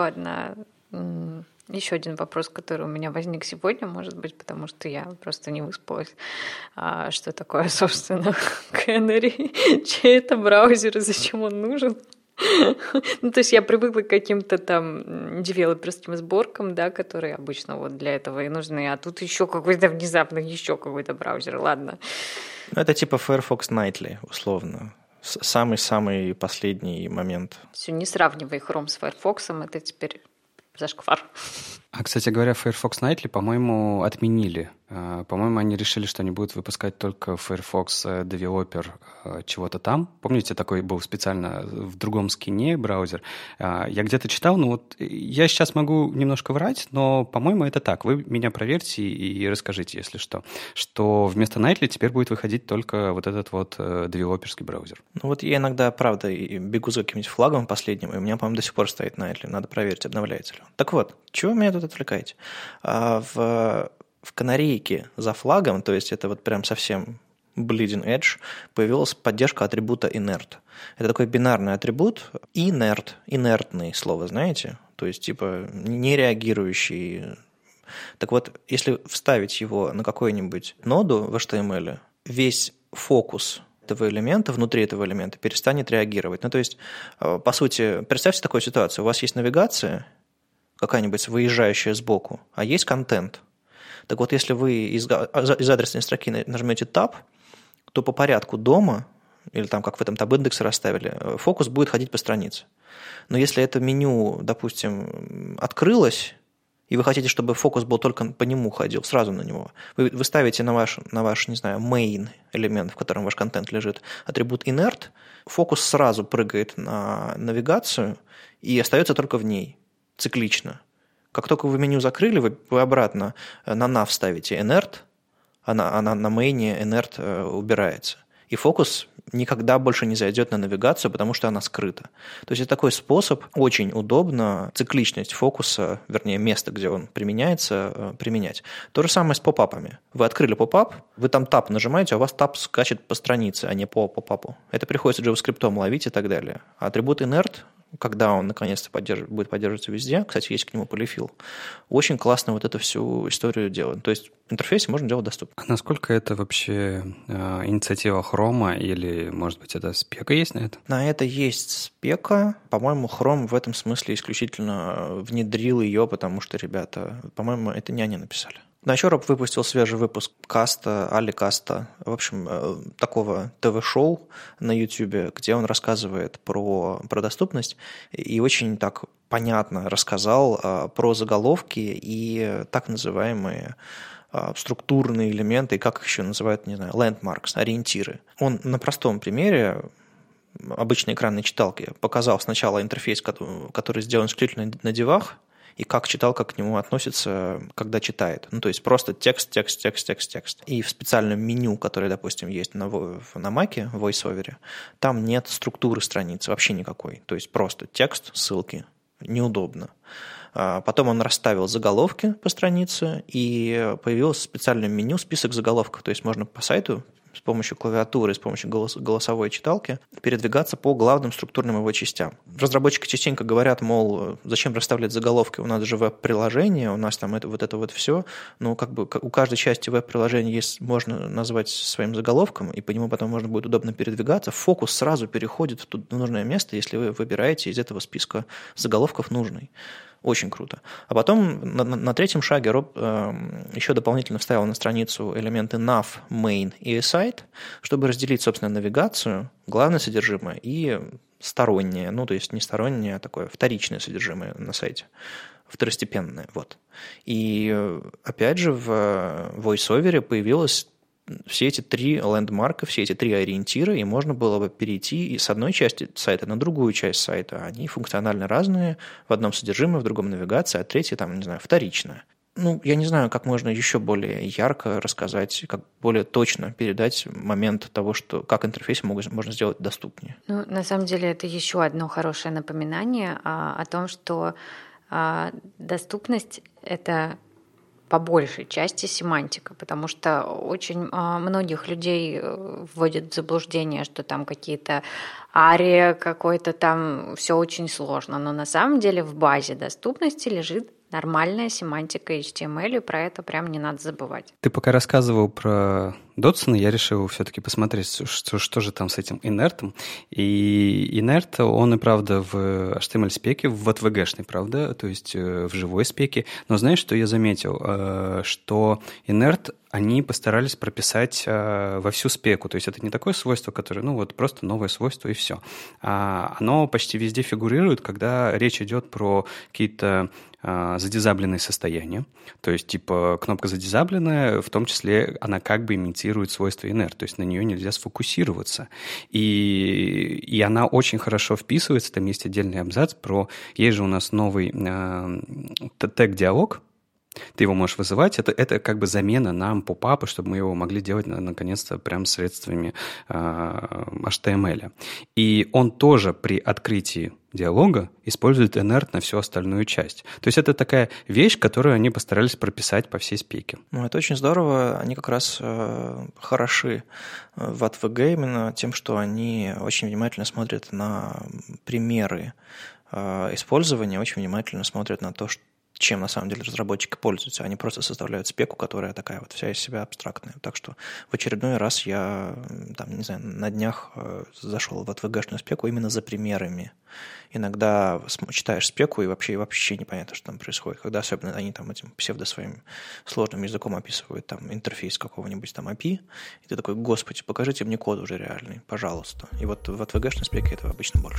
один вопрос, который у меня возник сегодня, может быть, потому что я просто не выспалась. Что такое, собственно, Canary? Чей это браузер и зачем он нужен? Ну, то есть я привыкла к каким-то там девелоперским сборкам, да, которые обычно вот для этого и нужны, а тут еще какой-то внезапно еще какой-то браузер, ладно. Ну, это типа Firefox Nightly, условно. Самый-самый последний момент. Все, не сравнивай Chrome с Firefox, это теперь зашквар. А, кстати говоря, Firefox Nightly, по-моему, отменили. По-моему, они решили, что они будут выпускать только Firefox Developer чего-то там. Помните, такой был специально в другом скине браузер? Я где-то читал, ну вот я сейчас могу немножко врать, но, по-моему, это так. Вы меня проверьте и расскажите, если что вместо Nightly теперь будет выходить только вот этот вот девелоперский браузер. Ну вот я иногда, правда, бегу за каким-нибудь флагом последним, и у меня, по-моему, до сих пор стоит Nightly. Надо проверить, обновляется ли он. Так вот, чего вы меня тут отвлекаете? В канарейке за флагом, то есть это вот прям совсем bleeding edge, появилась поддержка атрибута inert. Это такой бинарный атрибут, инертный слово, знаете? То есть типа нереагирующий. Так вот, если вставить его на какую-нибудь ноду в HTML, весь фокус этого элемента, внутри этого элемента перестанет реагировать. Ну, то есть, по сути, представьте такую ситуацию. У вас есть навигация, какая-нибудь выезжающая сбоку, а есть контент. Так вот, если вы из адресной строки нажмете Tab, то по порядку дома, или там, как в этом Tab-индексе расставили, фокус будет ходить по странице. Но если это меню, допустим, открылось, и вы хотите, чтобы фокус был только по нему ходил, сразу на него, вы ставите на ваш, не знаю, main элемент, в котором ваш контент лежит, атрибут inert, фокус сразу прыгает на навигацию и остается только в ней, циклично. Как только вы меню закрыли, вы обратно на nav ставите inert, а на мейне inert убирается. И фокус никогда больше не зайдет на навигацию, потому что она скрыта. То есть это такой способ, очень удобно цикличность фокуса, вернее, место, где он применяется, применять. То же самое с поп-апами. Вы открыли поп-ап, вы там тап нажимаете, а у вас тап скачет по странице, а не по поп-апу. Это приходится JavaScript ловить и так далее. А атрибут inert, когда он наконец-то будет поддерживаться везде, кстати, есть к нему полифил, очень классно вот эту всю историю делает. То есть в интерфейсе можно делать доступно. А насколько это вообще инициатива Chrome или, может быть, это спека есть на это? На это есть спека. По-моему, Chrome в этом смысле исключительно внедрил ее, потому что ребята, по-моему, это не они написали. Nituro выпустил свежий выпуск каста, Аликаста, в общем, такого ТВ-шоу на YouTube, где он рассказывает про доступность и очень так понятно рассказал про заголовки и так называемые структурные элементы, и как их еще называют, не знаю, landmarks, ориентиры. Он на простом примере обычной экранной читалки показал сначала интерфейс, который сделан исключительно на девах, и как читалка к нему относится, когда читает. Ну, то есть просто текст. И в специальном меню, которое, допустим, есть на Mac'е, в VoiceOver, там нет структуры страницы, вообще никакой. То есть просто текст, ссылки. Неудобно. Потом он расставил заголовки по странице, и появилось в специальном меню список заголовков. То есть можно по сайту с помощью клавиатуры, с помощью голосовой читалки передвигаться по главным структурным его частям. Разработчики частенько говорят, мол, зачем расставлять заголовки, у нас же веб-приложение, у нас там это все. Но как бы у каждой части веб-приложения можно назвать своим заголовком, и по нему потом можно будет удобно передвигаться. Фокус сразу переходит в нужное место, если вы выбираете из этого списка заголовков нужный. Очень круто. А потом на третьем шаге Роб еще дополнительно вставил на страницу элементы nav, main и aside, чтобы разделить, собственно, навигацию, главное содержимое и стороннее, ну, то есть не стороннее, а такое вторичное содержимое на сайте, второстепенное, вот. И опять же в VoiceOver появилось все эти три лендмарка, все эти три ориентира, и можно было бы перейти с одной части сайта на другую часть сайта. Они функционально разные, в одном содержимое, в другом навигация, а третья, там, не знаю, вторичная. Ну, я не знаю, как можно еще более ярко рассказать, как более точно передать момент того, что как интерфейс можно сделать доступнее. Ну, на самом деле, это еще одно хорошее напоминание о том, что доступность — это по большей части семантика, потому что очень многих людей вводят в заблуждение, что там какие-то арии, какой-то там все очень сложно. Но на самом деле в базе доступности лежит нормальная семантика HTML, и про это прям не надо забывать. Ты пока рассказывал про Дотсона, я решил все-таки посмотреть, что же там с этим инертом. И инерт, он и правда в HTML-спеке, в ATVG-шной, правда, то есть в живой спеке. Но знаешь, что я заметил? Что инерт они постарались прописать во всю спеку. То есть это не такое свойство, которое, ну вот просто новое свойство и все. Оно почти везде фигурирует, когда речь идет про какие-то задизабленные состояния. То есть типа кнопка задизабленная, в том числе она как бы имитирует свойства inert, то есть на нее нельзя сфокусироваться. И она очень хорошо вписывается, там есть отдельный абзац про... Есть же у нас новый тег-диалог, ты его можешь вызывать, это как бы замена нам поп-апа, чтобы мы его могли делать наконец-то прям средствами HTML. И он тоже при открытии диалога использует inert на всю остальную часть. То есть это такая вещь, которую они постарались прописать по всей спеке. Ну, это очень здорово. Они как раз хороши в ATVG именно тем, что они очень внимательно смотрят на примеры использования, очень внимательно смотрят на то, чем на самом деле разработчики пользуются. Они просто составляют спеку, которая такая вот вся из себя абстрактная. Так что в очередной раз я, там, не знаю, на днях зашел в ATVG-шную спеку именно за примерами. Иногда читаешь спеку и вообще непонятно, что там происходит. Когда особенно они там этим псевдо своим сложным языком описывают там интерфейс какого-нибудь там API, и ты такой: господи, покажите мне код уже реальный, пожалуйста. И вот в ATVG-шной спеке этого обычно больше.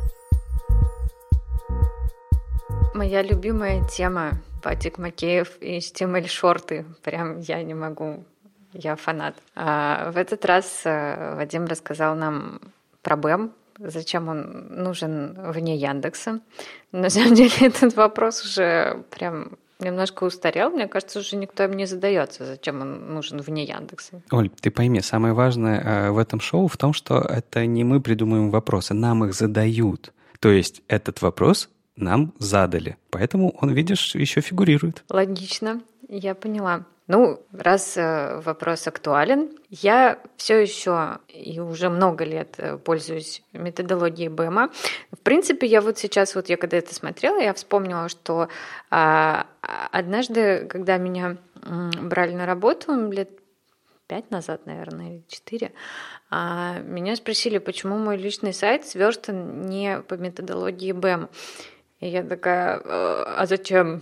Моя любимая тема — Вадик Макеев и HTML-шорты. Прям я не могу, я фанат. В этот раз Вадим рассказал нам про BEM, зачем он нужен вне Яндекса. На самом деле этот вопрос уже прям немножко устарел. Мне кажется, уже никто им не задается, зачем он нужен вне Яндекса. Оль, ты пойми, самое важное в этом шоу в том, что это не мы придумываем вопросы, нам их задают. То есть этот вопрос нам задали. Поэтому он, видишь, еще фигурирует. Логично, я поняла. Ну, раз вопрос актуален, я все еще и уже много лет пользуюсь методологией BEM. В принципе, я вот сейчас, я когда это смотрела, я вспомнила, что однажды, когда меня брали на работу, лет 5 назад, наверное, или 4, меня спросили, почему мой личный сайт сверстан не по методологии BEM. И я такая: а зачем?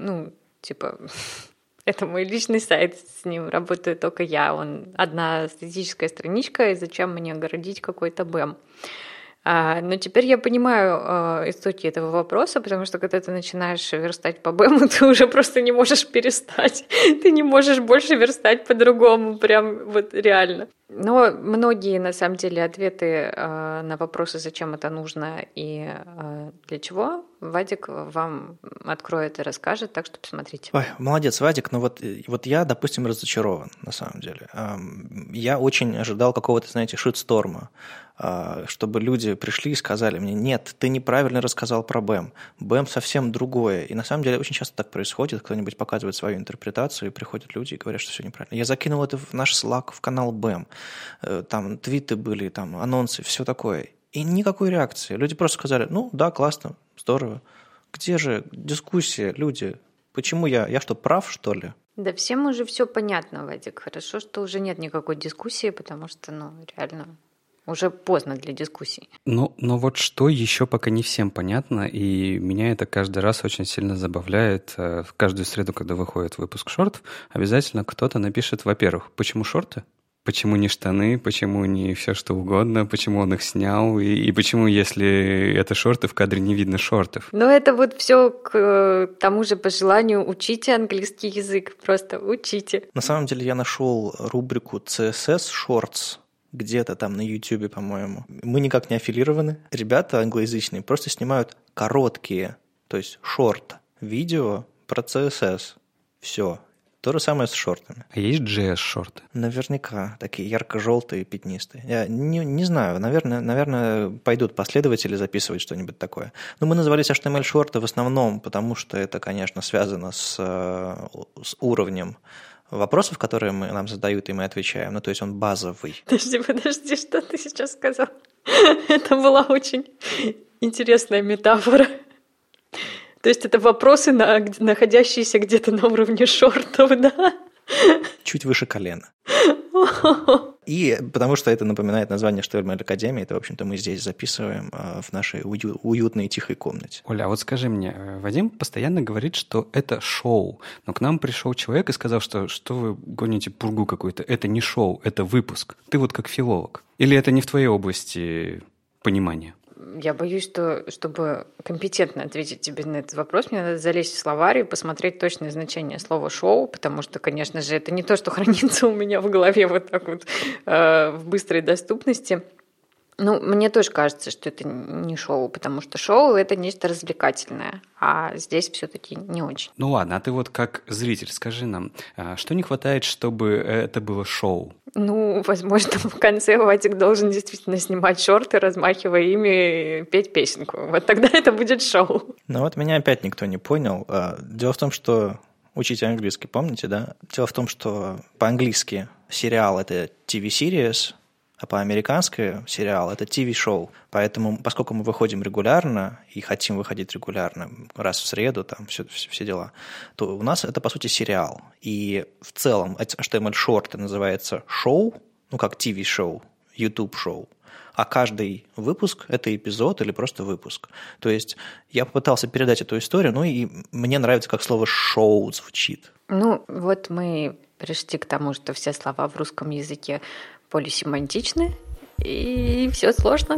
Это мой личный сайт, с ним работаю только я, он одна статическая страничка, и зачем мне огородить какой-то BEM? Но теперь я понимаю истоки этого вопроса, потому что когда ты начинаешь верстать по BEM, ты уже просто не можешь перестать. Ты не можешь больше верстать по-другому, прям вот реально. Но многие, на самом деле, ответы на вопросы, зачем это нужно и для чего, Вадик вам откроет и расскажет, так что посмотрите. Ой, молодец, Вадик, но вот я, допустим, разочарован, на самом деле. Я очень ожидал какого-то, знаете, шитсторма, чтобы люди пришли и сказали мне: нет, ты неправильно рассказал про BEM. BEM совсем другое. И на самом деле очень часто так происходит. Кто-нибудь показывает свою интерпретацию, и приходят люди и говорят, что все неправильно. Я закинул это в наш Slack, в канал BEM. Там твиты были, там анонсы, все такое. И никакой реакции. Люди просто сказали: ну да, классно, здорово. Где же дискуссия, люди? Почему я что, прав, что ли? Да всем уже все понятно, Вадик. Хорошо, что уже нет никакой дискуссии, потому что, реально... Уже поздно для дискуссий. Но вот что еще пока не всем понятно, и меня это каждый раз очень сильно забавляет. В каждую среду, когда выходит выпуск шортов, обязательно кто-то напишет, во-первых, почему шорты? Почему не штаны? Почему не все что угодно? Почему он их снял? И почему, если это шорты, в кадре не видно шортов? Но это вот все к тому же пожеланию: учите английский язык. Просто учите. На самом деле я нашел рубрику CSS Shorts где-то там на YouTube, по-моему. Мы никак не аффилированы. Ребята англоязычные просто снимают короткие, то есть шорт, видео про CSS. Все. То же самое с шортами. А есть JS-шорты? Наверняка. Такие ярко-желтые, пятнистые. Я не знаю. Наверное, пойдут последователи записывать что-нибудь такое. Но мы назывались HTML-шорты в основном, потому что это, конечно, связано с уровнем вопросов, которые нам задают, и мы отвечаем. Ну, то есть он базовый. Подожди, что ты сейчас сказал? Это была очень интересная метафора. То есть это вопросы, находящиеся где-то на уровне шортов, да? Чуть выше колена. И потому что это напоминает название HTML Академии, это, в общем-то, мы здесь записываем в нашей уютной тихой комнате. Оля, а вот скажи мне, Вадим постоянно говорит, что это шоу, но к нам пришел человек и сказал, что вы гоните пургу какую-то. Это не шоу, это выпуск. Ты вот как филолог. Или это не в твоей области понимания? Я боюсь, что, чтобы компетентно ответить тебе на этот вопрос, мне надо залезть в словарь и посмотреть точное значение слова «шоу», потому что, конечно же, это не то, что хранится у меня в голове вот так вот в быстрой доступности. Ну, мне тоже кажется, что это не шоу, потому что шоу – это нечто развлекательное, а здесь все-таки не очень. Ну ладно, а ты вот как зритель скажи нам, что не хватает, чтобы это было шоу? Ну, возможно, в конце Вадик должен действительно снимать шорты, размахивая ими, петь песенку. Вот тогда это будет шоу. Ну вот меня опять никто не понял. Дело в том, что учите английский, помните, да? Дело в том, что по-английски сериал – это TV-series, а по-американски сериал – это TV-шоу. Поэтому, поскольку мы выходим регулярно и хотим выходить регулярно, раз в среду, там все дела, то у нас это, по сути, сериал. И в целом HTML-шорты называется шоу, ну, как TV-шоу, YouTube-шоу. А каждый выпуск – это эпизод или просто выпуск. То есть я попытался передать эту историю, ну и мне нравится, как слово «шоу» звучит. Ну, вот мы пришли к тому, что все слова в русском языке полисемантичны, и все сложно.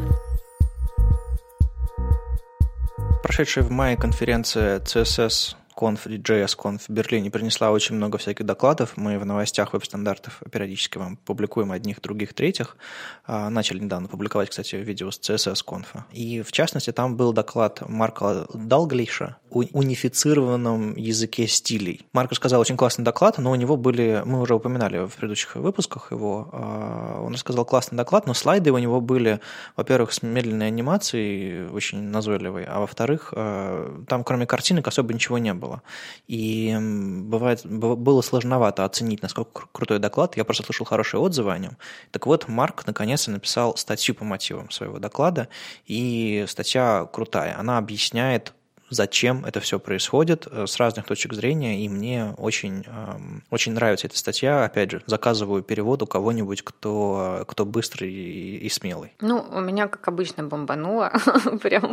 Прошедшая в мае конференция CSS Conf и JS Conf в Берлине принесла очень много всяких докладов. Мы в новостях веб-стандартов периодически вам публикуем одних, других, третьих. Начали недавно публиковать, кстати, видео с CSS Conf. И, в частности, там был доклад Марка Далглиша о унифицированном языке стилей. Марк сказал очень классный доклад, но у него были, мы уже упоминали в предыдущих выпусках его, он рассказал классный доклад, но слайды у него были, во-первых, с медленной анимацией, очень назойливой, а во-вторых, там кроме картинок особо ничего не было. И было сложновато оценить, насколько крутой доклад. Я просто слышал хорошие отзывы о нем. Так вот, Марк наконец-то написал статью по мотивам своего доклада, и статья крутая. Она объясняет, зачем это все происходит с разных точек зрения, и мне очень, очень нравится эта статья. Опять же, заказываю перевод у кого-нибудь, кто быстрый и смелый. Ну, у меня, как обычно, бомбануло. Прям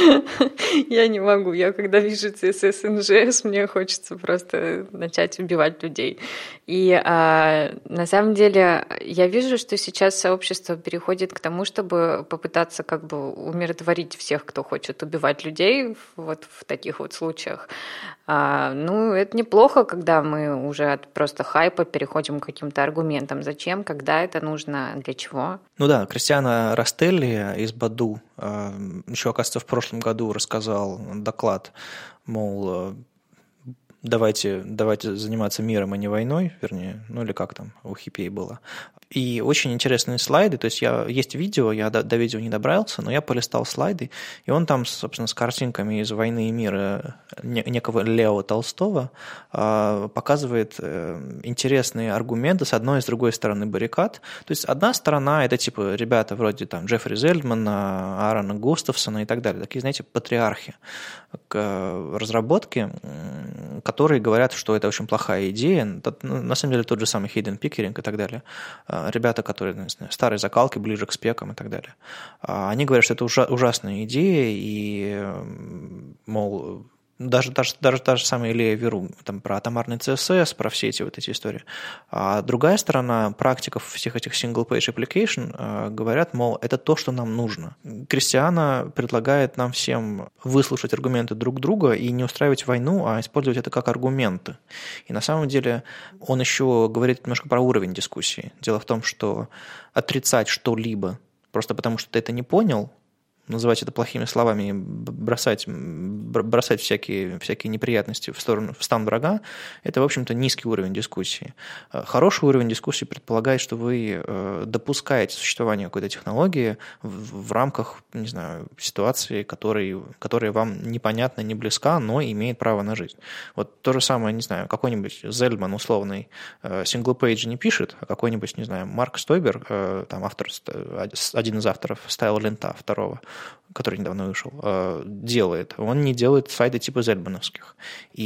я не могу. Я когда вижу CSS и JS, мне хочется просто начать убивать людей. И на самом деле я вижу, что сейчас сообщество переходит к тому, чтобы попытаться как бы умиротворить всех, кто хочет убивать людей вот в таких вот случаях. Ну, это неплохо, когда мы уже от просто хайпа переходим к каким-то аргументам. Зачем, когда это нужно, для чего? Ну да, Кристиано Растелли из Баду еще, оказывается, в прошлом году рассказал доклад, мол, давайте заниматься миром, а не войной, вернее, ну или как там у хипей было. И очень интересные слайды, то есть есть видео, я до видео не добрался, но я полистал слайды, и он там, собственно, с картинками из «Войны и мира» некого Лео Толстого показывает интересные аргументы с одной и с другой стороны баррикад. То есть одна сторона – это типа ребята вроде там Джеффри Зельдмана, Аарона Густавсона и так далее, такие, знаете, патриархи к разработке, которые говорят, что это очень плохая идея. На самом деле тот же самый Хейден Пикеринг и так далее. Ребята, которые, не знаю, старые закалки, ближе к спекам и так далее. Они говорят, что это ужасная идея, и, мол, даже та же самая Илья Веру, там, про атомарный CSS, про все эти вот эти истории. А другая сторона практиков всех этих single-page application говорят, мол, это то, что нам нужно. Кристиано предлагает нам всем выслушать аргументы друг друга и не устраивать войну, а использовать это как аргументы. И на самом деле он еще говорит немножко про уровень дискуссии. Дело в том, что отрицать что-либо просто потому, что ты это не понял, называть это плохими словами, бросать всякие неприятности в стан врага, это, в общем-то, низкий уровень дискуссии. Хороший уровень дискуссии предполагает, что вы допускаете существование какой-то технологии в рамках, не знаю, ситуации, которая вам непонятна, не близка, но имеет право на жизнь. Вот то же самое, не знаю, какой-нибудь Зельман условный сингл-пейдж не пишет, а какой-нибудь, не знаю, Марк Стойбер, там один из авторов StyleLint второго, который недавно вышел, делает. Он не делает сайты типа зельмановских.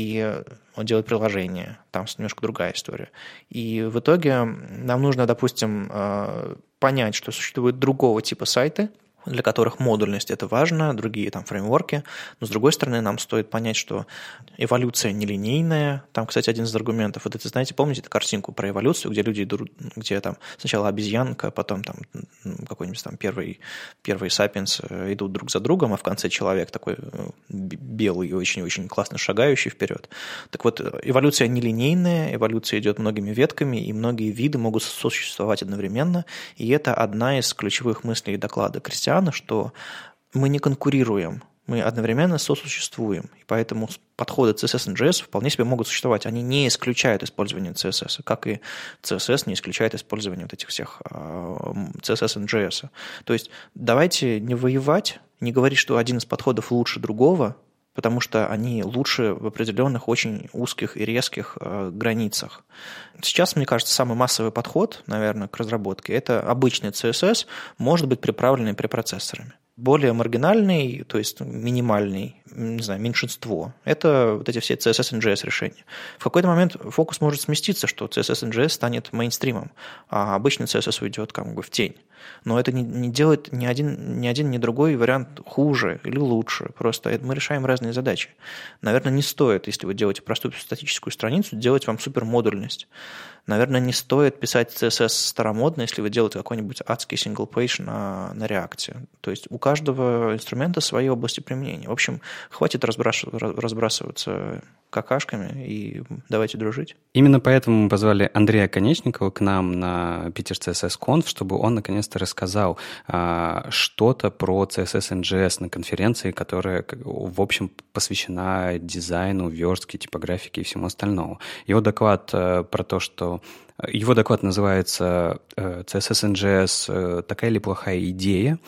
И он делает приложение. Там немножко другая история. И в итоге нам нужно, допустим, понять, что существует другого типа сайты, для которых модульность – это важно, другие там фреймворки. Но, с другой стороны, нам стоит понять, что эволюция нелинейная. Там, кстати, один из аргументов. Вот это, знаете, помните эту картинку про эволюцию, где люди идут, где там сначала обезьянка, потом там какой-нибудь там первый сапиенс идут друг за другом, а в конце человек такой белый и очень-очень классно шагающий вперед. Так вот, эволюция нелинейная, эволюция идет многими ветками, и многие виды могут сосуществовать одновременно. И это одна из ключевых мыслей доклада Кристиана, что мы не конкурируем, мы одновременно сосуществуем. И поэтому подходы CSS и JS вполне себе могут существовать. Они не исключают использование CSS, как и CSS не исключает использование вот этих всех CSS и JS. То есть давайте не воевать, не говорить, что один из подходов лучше другого, потому что они лучше в определенных очень узких и резких границах. Сейчас, мне кажется, самый массовый подход, наверное, к разработке – это обычный CSS, может быть приправленный препроцессорами. Более маргинальный, то есть минимальный, не знаю, меньшинство – это вот эти все CSS и JS решения. В какой-то момент фокус может сместиться, что CSS и JS станет мейнстримом, а обычный CSS уйдет как бы в тень. Но это не делает ни один, ни другой вариант хуже или лучше. Просто мы решаем разные задачи. Наверное, не стоит, если вы делаете простую статическую страницу, делать вам супермодульность. Наверное, не стоит писать CSS старомодно, если вы делаете какой-нибудь адский сингл-пейдж на React. То есть у каждого инструмента свои области применения. В общем, хватит разбрасываться какашками и давайте дружить. Именно поэтому мы позвали Андрея Конечникова к нам на Питер CSS Conf, чтобы он наконец-то рассказал что-то про CSS and JS на конференции, которая, в общем, посвящена дизайну, верстке, типографике и всему остальному. Его доклад про то, что его доклад называется CSS and JS «Такая ли плохая идея?»,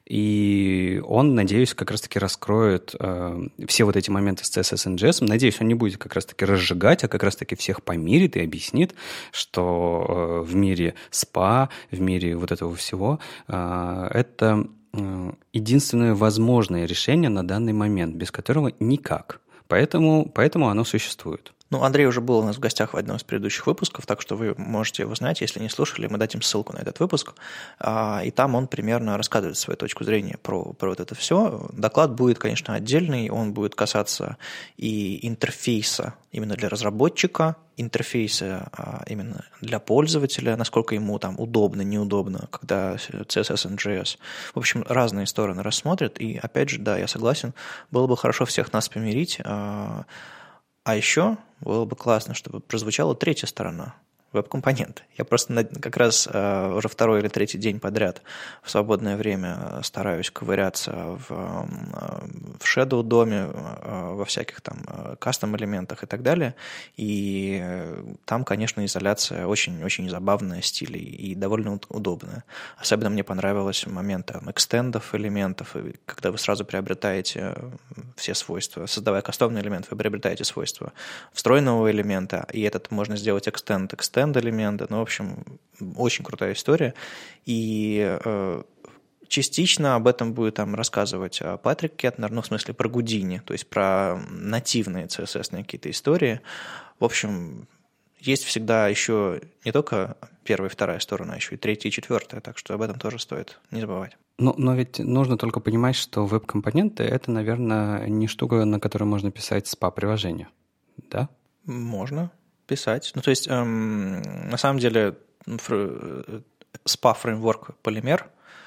и он, надеюсь, как раз-таки раскроет все вот эти моменты с CSS and JS. Надеюсь, он не будет как раз-таки разжигать, а как раз-таки всех помирит и объяснит, что в мире SPA, в мире вот этого всего это единственное возможное решение на данный момент, без которого никак. Поэтому оно существует. Ну, Андрей уже был у нас в гостях в одном из предыдущих выпусков, так что вы можете его знать. Если не слушали, мы дадим ссылку на этот выпуск. И там он примерно рассказывает свою точку зрения про вот это все. Доклад будет, конечно, отдельный. Он будет касаться и интерфейса именно для разработчика, интерфейса именно для пользователя, насколько ему там удобно, неудобно, когда CSS и JS. В общем, разные стороны рассмотрят. И опять же, да, я согласен, было бы хорошо всех нас помирить. А еще было бы классно, чтобы прозвучала третья сторона – веб-компоненты. Я просто как раз уже второй или третий день подряд в свободное время стараюсь ковыряться в Shadow доме, во всяких там кастом-элементах и так далее. И там, конечно, изоляция очень-очень забавная, стиль и довольно удобная. Особенно мне понравилось момент экстендов элементов, когда вы сразу приобретаете все свойства. Создавая кастомный элемент, вы приобретаете свойства встроенного элемента, и этот можно сделать экстенд элемента. Ну, в общем, очень крутая история. И частично об этом будет там рассказывать Патрик Кетнер, ну, в смысле, про Гудини, то есть про нативные CSS какие-то истории. В общем, есть всегда еще не только первая и вторая сторона, а еще и третья и четвертая, так что об этом тоже стоит не забывать. Но ведь нужно только понимать, что веб-компоненты – это, наверное, не штука, на которой можно писать SPA-приложение, да? Можно писать. Ну, то есть, на самом деле, SPA-фреймворк Polymer,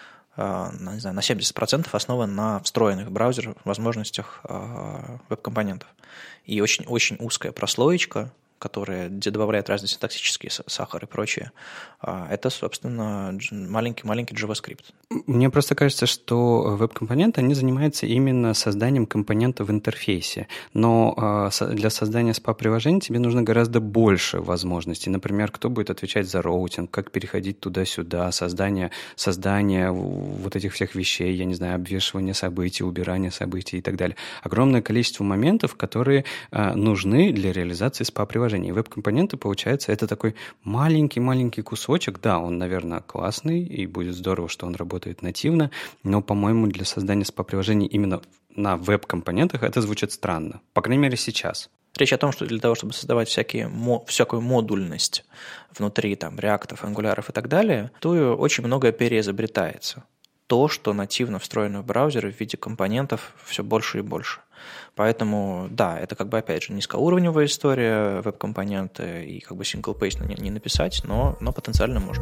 не знаю, на 70% основан на встроенных в браузер возможностях веб-компонентов. И очень-очень узкая прослоечка, где добавляют разные синтаксические сахар и прочее, это, собственно, маленький JavaScript. Мне просто кажется, что веб-компоненты, они занимаются именно созданием компонента в интерфейсе. Но для создания SPA-приложений тебе нужно гораздо больше возможностей. Например, кто будет отвечать за роутинг, как переходить туда-сюда, создание вот этих всех вещей, я не знаю, обвешивание событий, убирание событий и так далее. Огромное количество моментов, которые нужны для реализации SPA-приложений. Веб-компоненты, получается, это такой маленький-маленький кусочек. Да, он, наверное, классный, и будет здорово, что он работает нативно, но, по-моему, для создания SPA-приложений именно на веб-компонентах это звучит странно. По крайней мере, сейчас. Речь о том, что для того, чтобы создавать всякую модульность внутри реактов, ангуляров и так далее, то очень многое переизобретается. То, что нативно встроено в браузеры в виде компонентов, все больше и больше. Поэтому, да, это опять же, низкоуровневая история, веб-компоненты, и single-page не написать, но потенциально можно.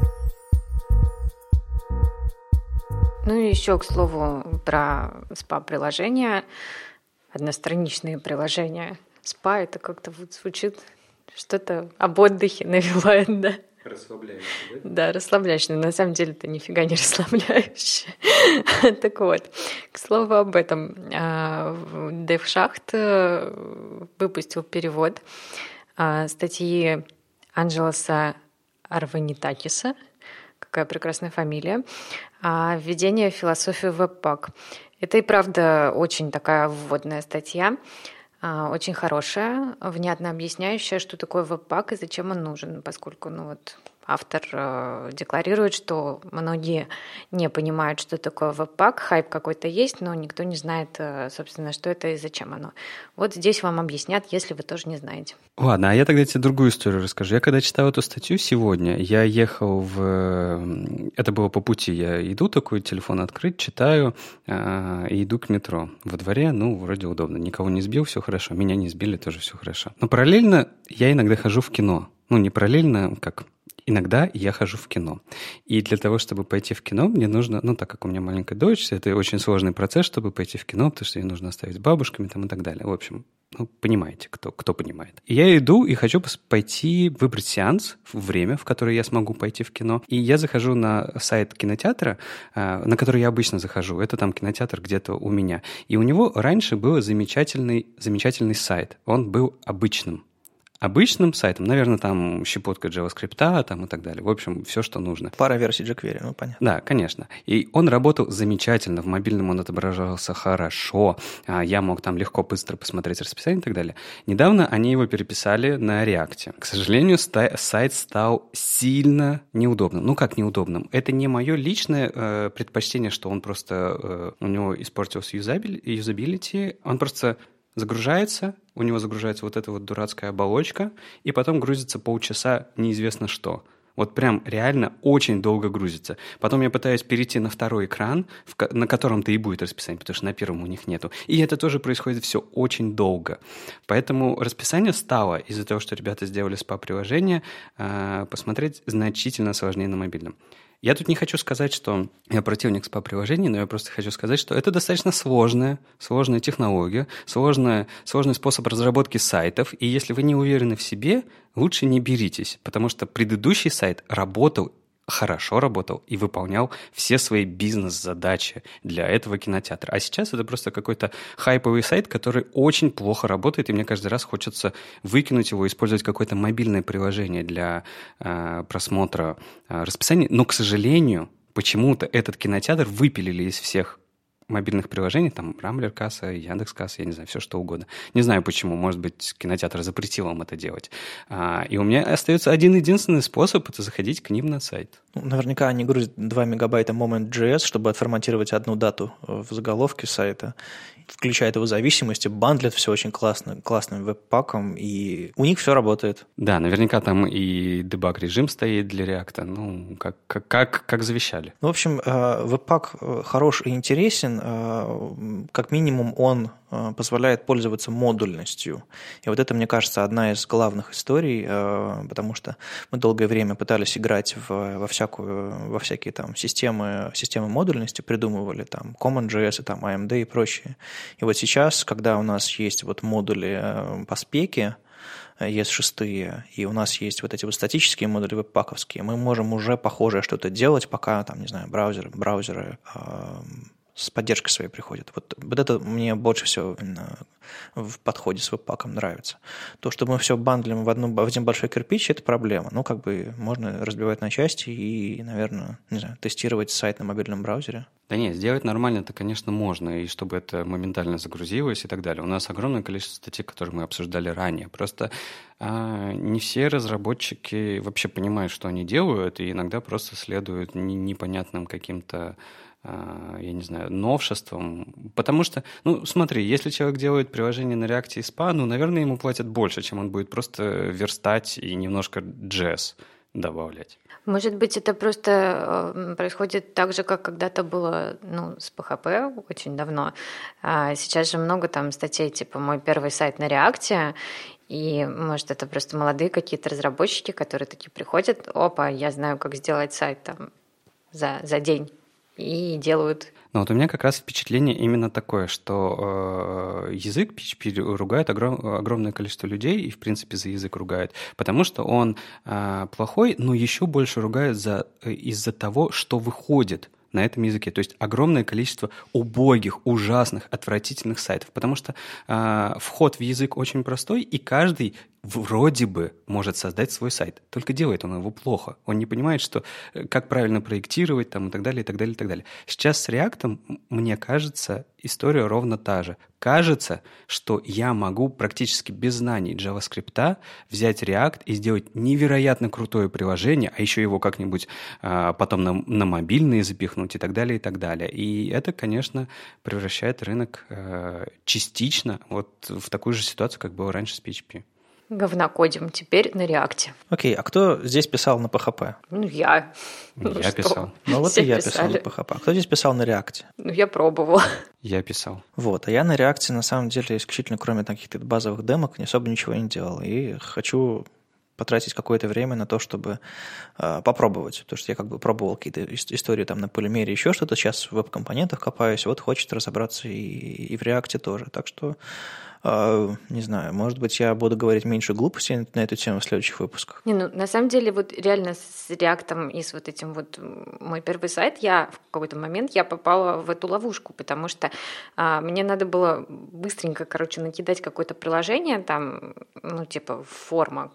Ну и еще, к слову, про SPA-приложения, одностраничные приложения. SPA это как-то звучит, что-то об отдыхе навевает, да? Расслабляющий, да? Да, расслабляющий, но на самом деле это нифига не расслабляющий. Так вот, к слову об этом, DevShaft выпустил перевод статьи Анджелоса Арванитакиса, какая прекрасная фамилия, «Введение в философию веб-пак». Это и правда очень такая вводная статья, очень хорошая, внятно объясняющая, что такое веб-пак и зачем он нужен, поскольку автор декларирует, что многие не понимают, что такое веб-пак, хайп какой-то есть, но никто не знает, собственно, что это и зачем оно. Вот здесь вам объяснят, если вы тоже не знаете. Ладно, а я тогда тебе другую историю расскажу. Я когда читал эту статью сегодня, я ехал это было по пути, я иду такой, телефон открыть, читаю, и иду к метро. Во дворе, вроде удобно, никого не сбил, все хорошо, меня не сбили, тоже все хорошо. Но параллельно я иногда хожу в кино. Не параллельно, иногда я хожу в кино. И для того, чтобы пойти в кино, мне нужно, так как у меня маленькая дочь, это очень сложный процесс, чтобы пойти в кино, потому что ей нужно оставить с бабушками и так далее. В общем, понимаете, кто понимает. И я иду и хочу пойти выбрать сеанс, время, в которое я смогу пойти в кино. И я захожу на сайт кинотеатра, на который я обычно захожу. Это там кинотеатр где-то у меня. И у него раньше был замечательный сайт. Он был обычным сайтом, наверное, там щепотка JavaScript, и так далее. В общем, все, что нужно. Пара версий jQuery, понятно. Да, конечно. И он работал замечательно. В мобильном он отображался хорошо. Я мог там легко, быстро посмотреть расписание и так далее. Недавно они его переписали на React. К сожалению, сайт стал сильно неудобным. Как неудобным? Это не мое личное предпочтение, что он просто... у него испортился юзабилити. Он просто... загружается, у него загружается вот эта дурацкая оболочка, и потом грузится полчаса неизвестно что. Прям реально очень долго грузится. Потом я пытаюсь перейти на второй экран, на котором-то и будет расписание, потому что на первом у них нету. И это тоже происходит все очень долго. Поэтому расписание стало, из-за того, что ребята сделали SPA-приложение, посмотреть значительно сложнее на мобильном. Я тут не хочу сказать, что я противник SPA-приложений, но я просто хочу сказать, что это достаточно сложная технология, сложный способ разработки сайтов, и если вы не уверены в себе, лучше не беритесь, потому что предыдущий сайт хорошо работал и выполнял все свои бизнес-задачи для этого кинотеатра. А сейчас это просто какой-то хайповый сайт, который очень плохо работает, и мне каждый раз хочется выкинуть его, использовать какое-то мобильное приложение для просмотра расписания. Но, к сожалению, почему-то этот кинотеатр выпилили из всех мобильных приложений, там Рамблер-касса, Яндекс.Касса, я не знаю, все что угодно. Не знаю почему, может быть, кинотеатр запретил им это делать. И у меня остается один-единственный способ – это заходить к ним на сайт. Наверняка они грузят 2 мегабайта Moment.js, чтобы отформатировать одну дату в заголовке сайта, включают его зависимости, бандлят все очень классным веб-паком, и у них все работает. Да, наверняка там и дебаг-режим стоит для React, как завещали. В общем, веб-пак хорош и интересен, как минимум он позволяет пользоваться модульностью. И это, мне кажется, одна из главных историй, потому что мы долгое время пытались играть во всякие там системы модульности, придумывали там CommonJS, там AMD и прочее. И сейчас, когда у нас есть модули по спеке, ES6, и у нас есть вот эти вот статические модули веб-паковские, мы можем уже похожее что-то делать, пока, там, не знаю, браузеры с поддержкой своей приходят. Вот это мне больше всего в подходе с веб-паком нравится. То, что мы все бандлим в один большой кирпич, это проблема. Ну, как бы можно разбивать на части и, наверное, не знаю, тестировать сайт на мобильном браузере. Да нет, сделать нормально это, конечно, можно, и чтобы это моментально загрузилось и так далее. У нас огромное количество статей, которые мы обсуждали ранее. Просто не все разработчики вообще понимают, что они делают, и иногда просто следуют непонятным каким-то, я не знаю, новшеством. Потому что, ну, смотри, если человек делает приложение на React и SPA, ну, наверное, ему платят больше, чем он будет просто верстать и немножко JS добавлять. Может быть, это просто происходит так же, как когда-то было с PHP очень давно. Сейчас же много там статей, типа «Мой первый сайт на React», и, может, это просто молодые какие-то разработчики, которые такие приходят, опа, я знаю, как сделать сайт там за день, и делают. Но вот у меня как раз впечатление именно такое, что язык PHP ругает огромное количество людей, и, в принципе, за язык ругает, потому что он плохой, но еще больше ругает из-за того, что выходит на этом языке. То есть огромное количество убогих, ужасных, отвратительных сайтов, потому что вход в язык очень простой, и каждый вроде бы может создать свой сайт. Только делает он его плохо. Он не понимает, что как правильно проектировать там, и так далее, и так далее, и так далее. Сейчас с React, мне кажется, история ровно та же. Кажется, что я могу практически без знаний JavaScript взять React и сделать невероятно крутое приложение, а еще его как-нибудь потом на мобильные запихнуть и так далее, и так далее. И это, конечно, превращает рынок частично вот в такую же ситуацию, как было раньше с PHP. Говнокодим теперь на React. Окей, а кто здесь писал на PHP? Я. Я писал. Ну вот и я писал на PHP. А кто здесь писал на React? Я пробовала. Я писал. Вот, а я на React на самом деле исключительно кроме каких-то базовых демок особо ничего не делал. И хочу потратить какое-то время на то, чтобы попробовать. Потому что я как бы пробовал какие-то истории там на Полимере, еще что-то. Сейчас в веб-компонентах копаюсь. Вот хочется разобраться и в React тоже. Так что не знаю, может быть, я буду говорить меньше глупостей на эту тему в следующих выпусках. На самом деле, вот реально с React и с вот этим вот мой первый сайт, в какой-то момент я попала в эту ловушку, потому что мне надо было быстренько, накидать какое-то приложение, там, типа форма,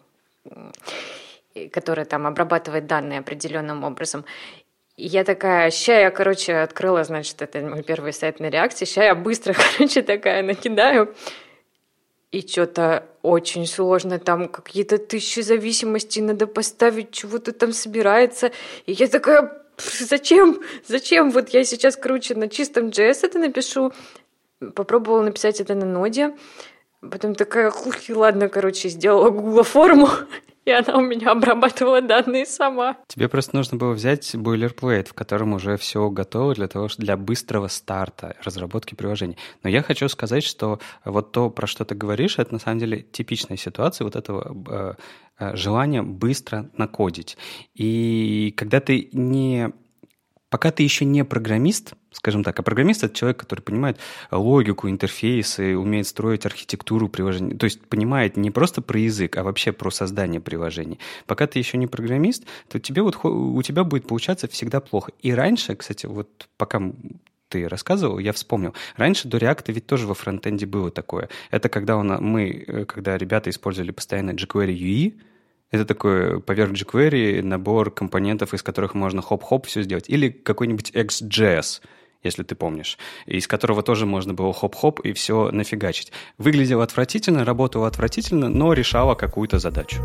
которая там обрабатывает данные определенным образом. И я такая, ща я, открыла, значит, это мой первый сайт на React, ща я быстро, такая накидаю. И что-то очень сложно, там какие-то 1000 зависимостей надо поставить, чего-то там собирается. И я такая, зачем? Вот я сейчас, на чистом JS это напишу. Попробовала написать это на ноде. Потом такая, ладно, сделала Google форму. И она у меня обрабатывала данные сама. Тебе просто нужно было взять бойлерплейт, в котором уже все готово для быстрого старта разработки приложений. Но я хочу сказать, что вот то, про что ты говоришь, это на самом деле типичная ситуация вот этого желания быстро накодить. И когда ты пока ты еще не программист, скажем так, а программист — это человек, который понимает логику, интерфейсы, умеет строить архитектуру приложений, то есть понимает не просто про язык, а вообще про создание приложений. Пока ты еще не программист, то у тебя будет получаться всегда плохо. И раньше, кстати, вот пока ты рассказывал, я вспомнил. Раньше до React ведь тоже во фронтенде было такое. Это когда ребята использовали постоянно jQuery UI. Это такой поверх jQuery набор компонентов, из которых можно хоп-хоп все сделать. Или какой-нибудь XJS, если ты помнишь, из которого тоже можно было хоп-хоп и все нафигачить. Выглядело отвратительно, работало отвратительно, но решало какую-то задачу.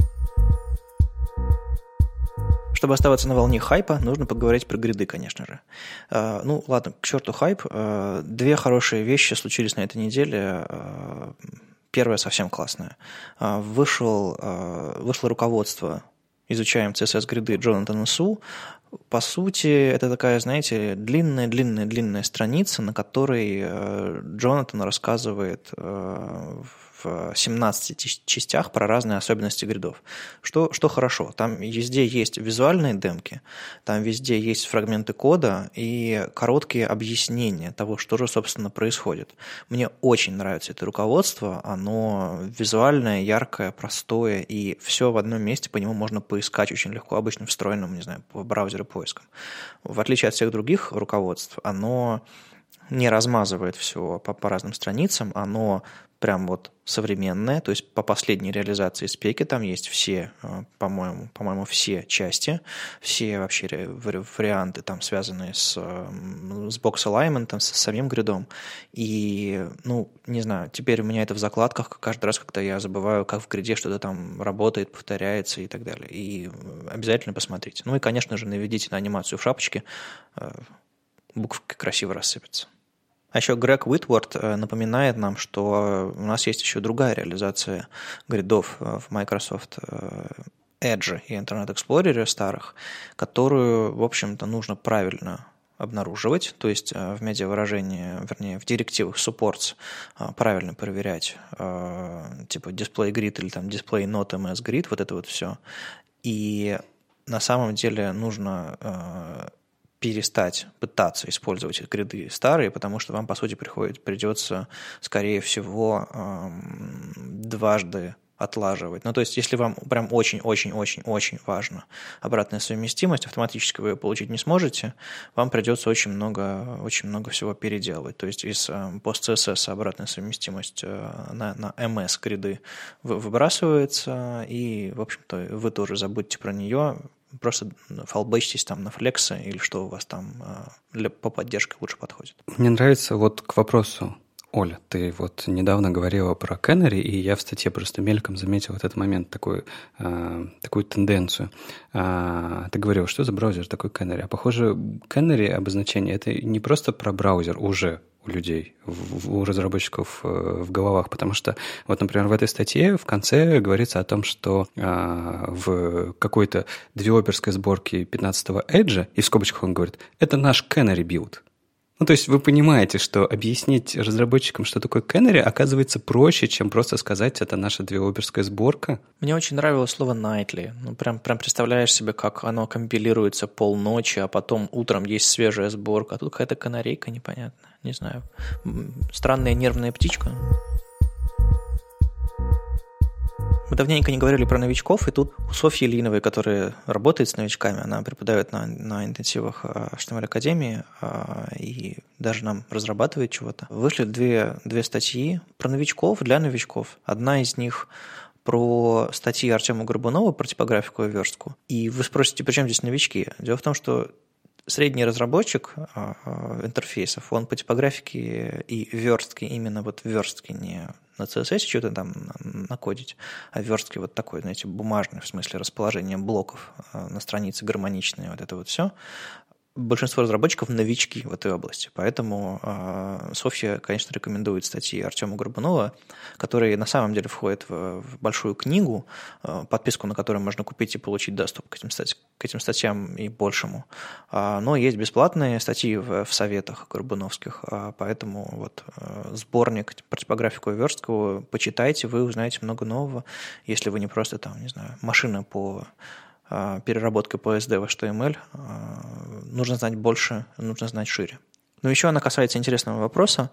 Чтобы оставаться на волне хайпа, нужно поговорить про гриды, конечно же. Ладно, к черту хайп. 2 хорошие вещи случились на этой неделе. Первое совсем классное. Вышло руководство «Изучаем CSS-гриды» Джонатана Су. По сути, это такая, знаете, длинная страница, на которой Джонатан рассказывает в 17 частях про разные особенности гридов. Что хорошо, там везде есть визуальные демки, там везде есть фрагменты кода и короткие объяснения того, что же, собственно, происходит. Мне очень нравится это руководство, оно визуальное, яркое, простое, и все в одном месте, по нему можно поискать очень легко, обычно встроенным, не знаю, по браузеру поиском. В отличие от всех других руководств, оно не размазывает все по разным страницам, оно прям вот современное, то есть по последней реализации спеки там есть все, по-моему, все части, все вообще варианты там связанные с бокс-алайнментом, с самим гридом. И, не знаю, теперь у меня это в закладках каждый раз, когда я забываю, как в гриде что-то там работает, повторяется и так далее. И обязательно посмотрите. И, конечно же, наведите на анимацию в шапочке, буковки красиво рассыпятся. А еще Грег Уитворд напоминает нам, что у нас есть еще другая реализация гридов в Microsoft Edge и Internet Explorer старых, которую, в общем-то, нужно правильно обнаруживать, то есть в медиавыражении, вернее, в директивах supports правильно проверять типа display grid или там display not ms grid, вот это вот все. И на самом деле нужно перестать пытаться использовать гриды старые, потому что вам, по сути, придется, скорее всего, дважды отлаживать. То есть, если вам прям очень-очень-очень-очень важно обратная совместимость, автоматически вы ее получить не сможете, вам придется очень много всего переделывать. То есть, из пост-CSS обратная совместимость на MS гриды выбрасывается, и, в общем-то, вы тоже забудьте про нее, просто фалбэчтесь там на флексы или что у вас там по поддержке лучше подходит. Мне нравится вот к вопросу, Оля, ты вот недавно говорила про Canary, и я в статье просто мельком заметил вот этот момент, такую тенденцию. Ты говорила, что за браузер такой Canary? А похоже, Canary обозначение – это не просто про браузер уже у людей, у разработчиков в головах, потому что, вот, например, в этой статье в конце говорится о том, что в какой-то девелоперской сборке 15-го Edge, и в скобочках он говорит, это наш Canary билд. То есть вы понимаете, что объяснить разработчикам, что такое Canary, оказывается проще, чем просто сказать, это наша девелоперская сборка. Мне очень нравилось слово nightly. Прям представляешь себе, как оно компилируется полночи, а потом утром есть свежая сборка, а тут какая-то канарейка непонятная. Не знаю. Странная нервная птичка. Мы давненько не говорили про новичков, и тут у Софьи Линовой, которая работает с новичками, она преподает на интенсивах HTML Академии и даже нам разрабатывает чего-то. Вышли две статьи про новичков, для новичков. Одна из них про статьи Артема Горбунова про типографику и верстку. И вы спросите, при чем здесь новички? Дело в том, что средний разработчик интерфейсов, он по типографике и верстке, именно вот верстке, не на CSS что-то там накодить, а верстке вот такой, знаете, бумажный, в смысле расположения блоков на странице гармоничное, вот это вот все. Большинство разработчиков новички в этой области, поэтому Софья, конечно, рекомендует статьи Артема Горбунова, которые на самом деле входят в большую книгу, подписку на которую можно купить и получить доступ к этим статьям и большему. Но есть бесплатные статьи в советах горбуновских, поэтому вот сборник про типографику и верстку почитайте, вы узнаете много нового, если вы не просто там, не знаю, машина по переработка PSD в HTML, нужно знать больше, нужно знать шире. Но еще она касается интересного вопроса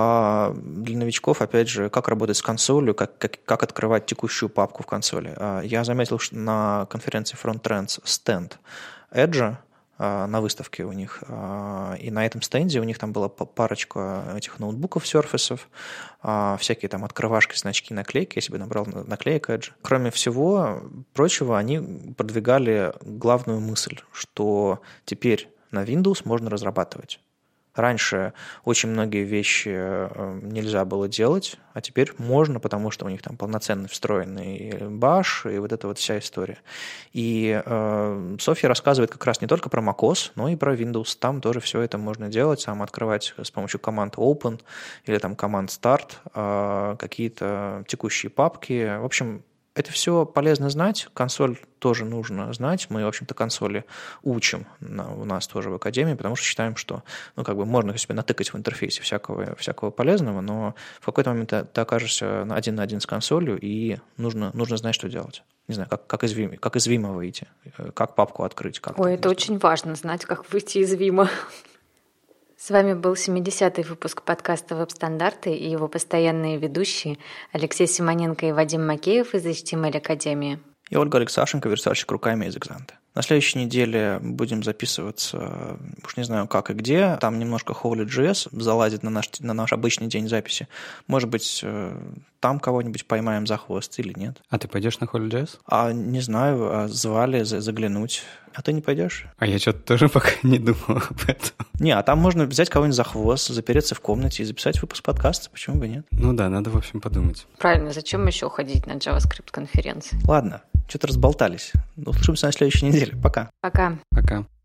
для новичков, опять же, как работать с консолью, как открывать текущую папку в консоли. Я заметил, что на конференции Front Trends стенд Edge на выставке у них, и на этом стенде у них там была парочка этих ноутбуков Surface, всякие там открывашки, значки, наклейки, я себе набрал наклеек Edge. Кроме всего прочего, они продвигали главную мысль, что теперь на Windows можно разрабатывать. Раньше очень многие вещи нельзя было делать, а теперь можно, потому что у них там полноценный встроенный Bash и вот эта вот вся история. И Софья рассказывает как раз не только про macOS, но и про Windows. Там тоже все это можно делать, сам открывать с помощью команд Open или там команд Start какие-то текущие папки. В общем, Это все полезно знать, консоль тоже нужно знать. Мы, в общем-то, консоли учим у нас тоже в академии, потому что считаем, что можно себе натыкать в интерфейсе всякого полезного, но в какой-то момент ты окажешься один на один с консолью, и нужно знать, что делать. Не знаю, как из Vim выйти, как папку открыть. Ой, это очень важно, знать, как выйти из Vim. С вами был 70-й выпуск подкаста «Веб-стандарты» и его постоянные ведущие Алексей Симоненко и Вадим Макеев из HTML Академии. И Ольга Алексашенко, верстальщик руками из Экзанта. На следующей неделе будем записываться, уж не знаю как и где, там немножко Holy.js залазит на наш обычный день записи. Может быть, там кого-нибудь поймаем за хвост или нет. А ты пойдешь на Holy.js? Не знаю, звали заглянуть. А ты не пойдешь? А я что-то тоже пока не думал об этом. А там можно взять кого-нибудь за хвост, запереться в комнате и записать выпуск подкаста, почему бы нет? Ну да, надо, в общем, подумать. Правильно, зачем еще ходить на JavaScript-конференции? Ладно, что-то разболтались. Услышимся на следующей неделе. Пока. Пока. Пока.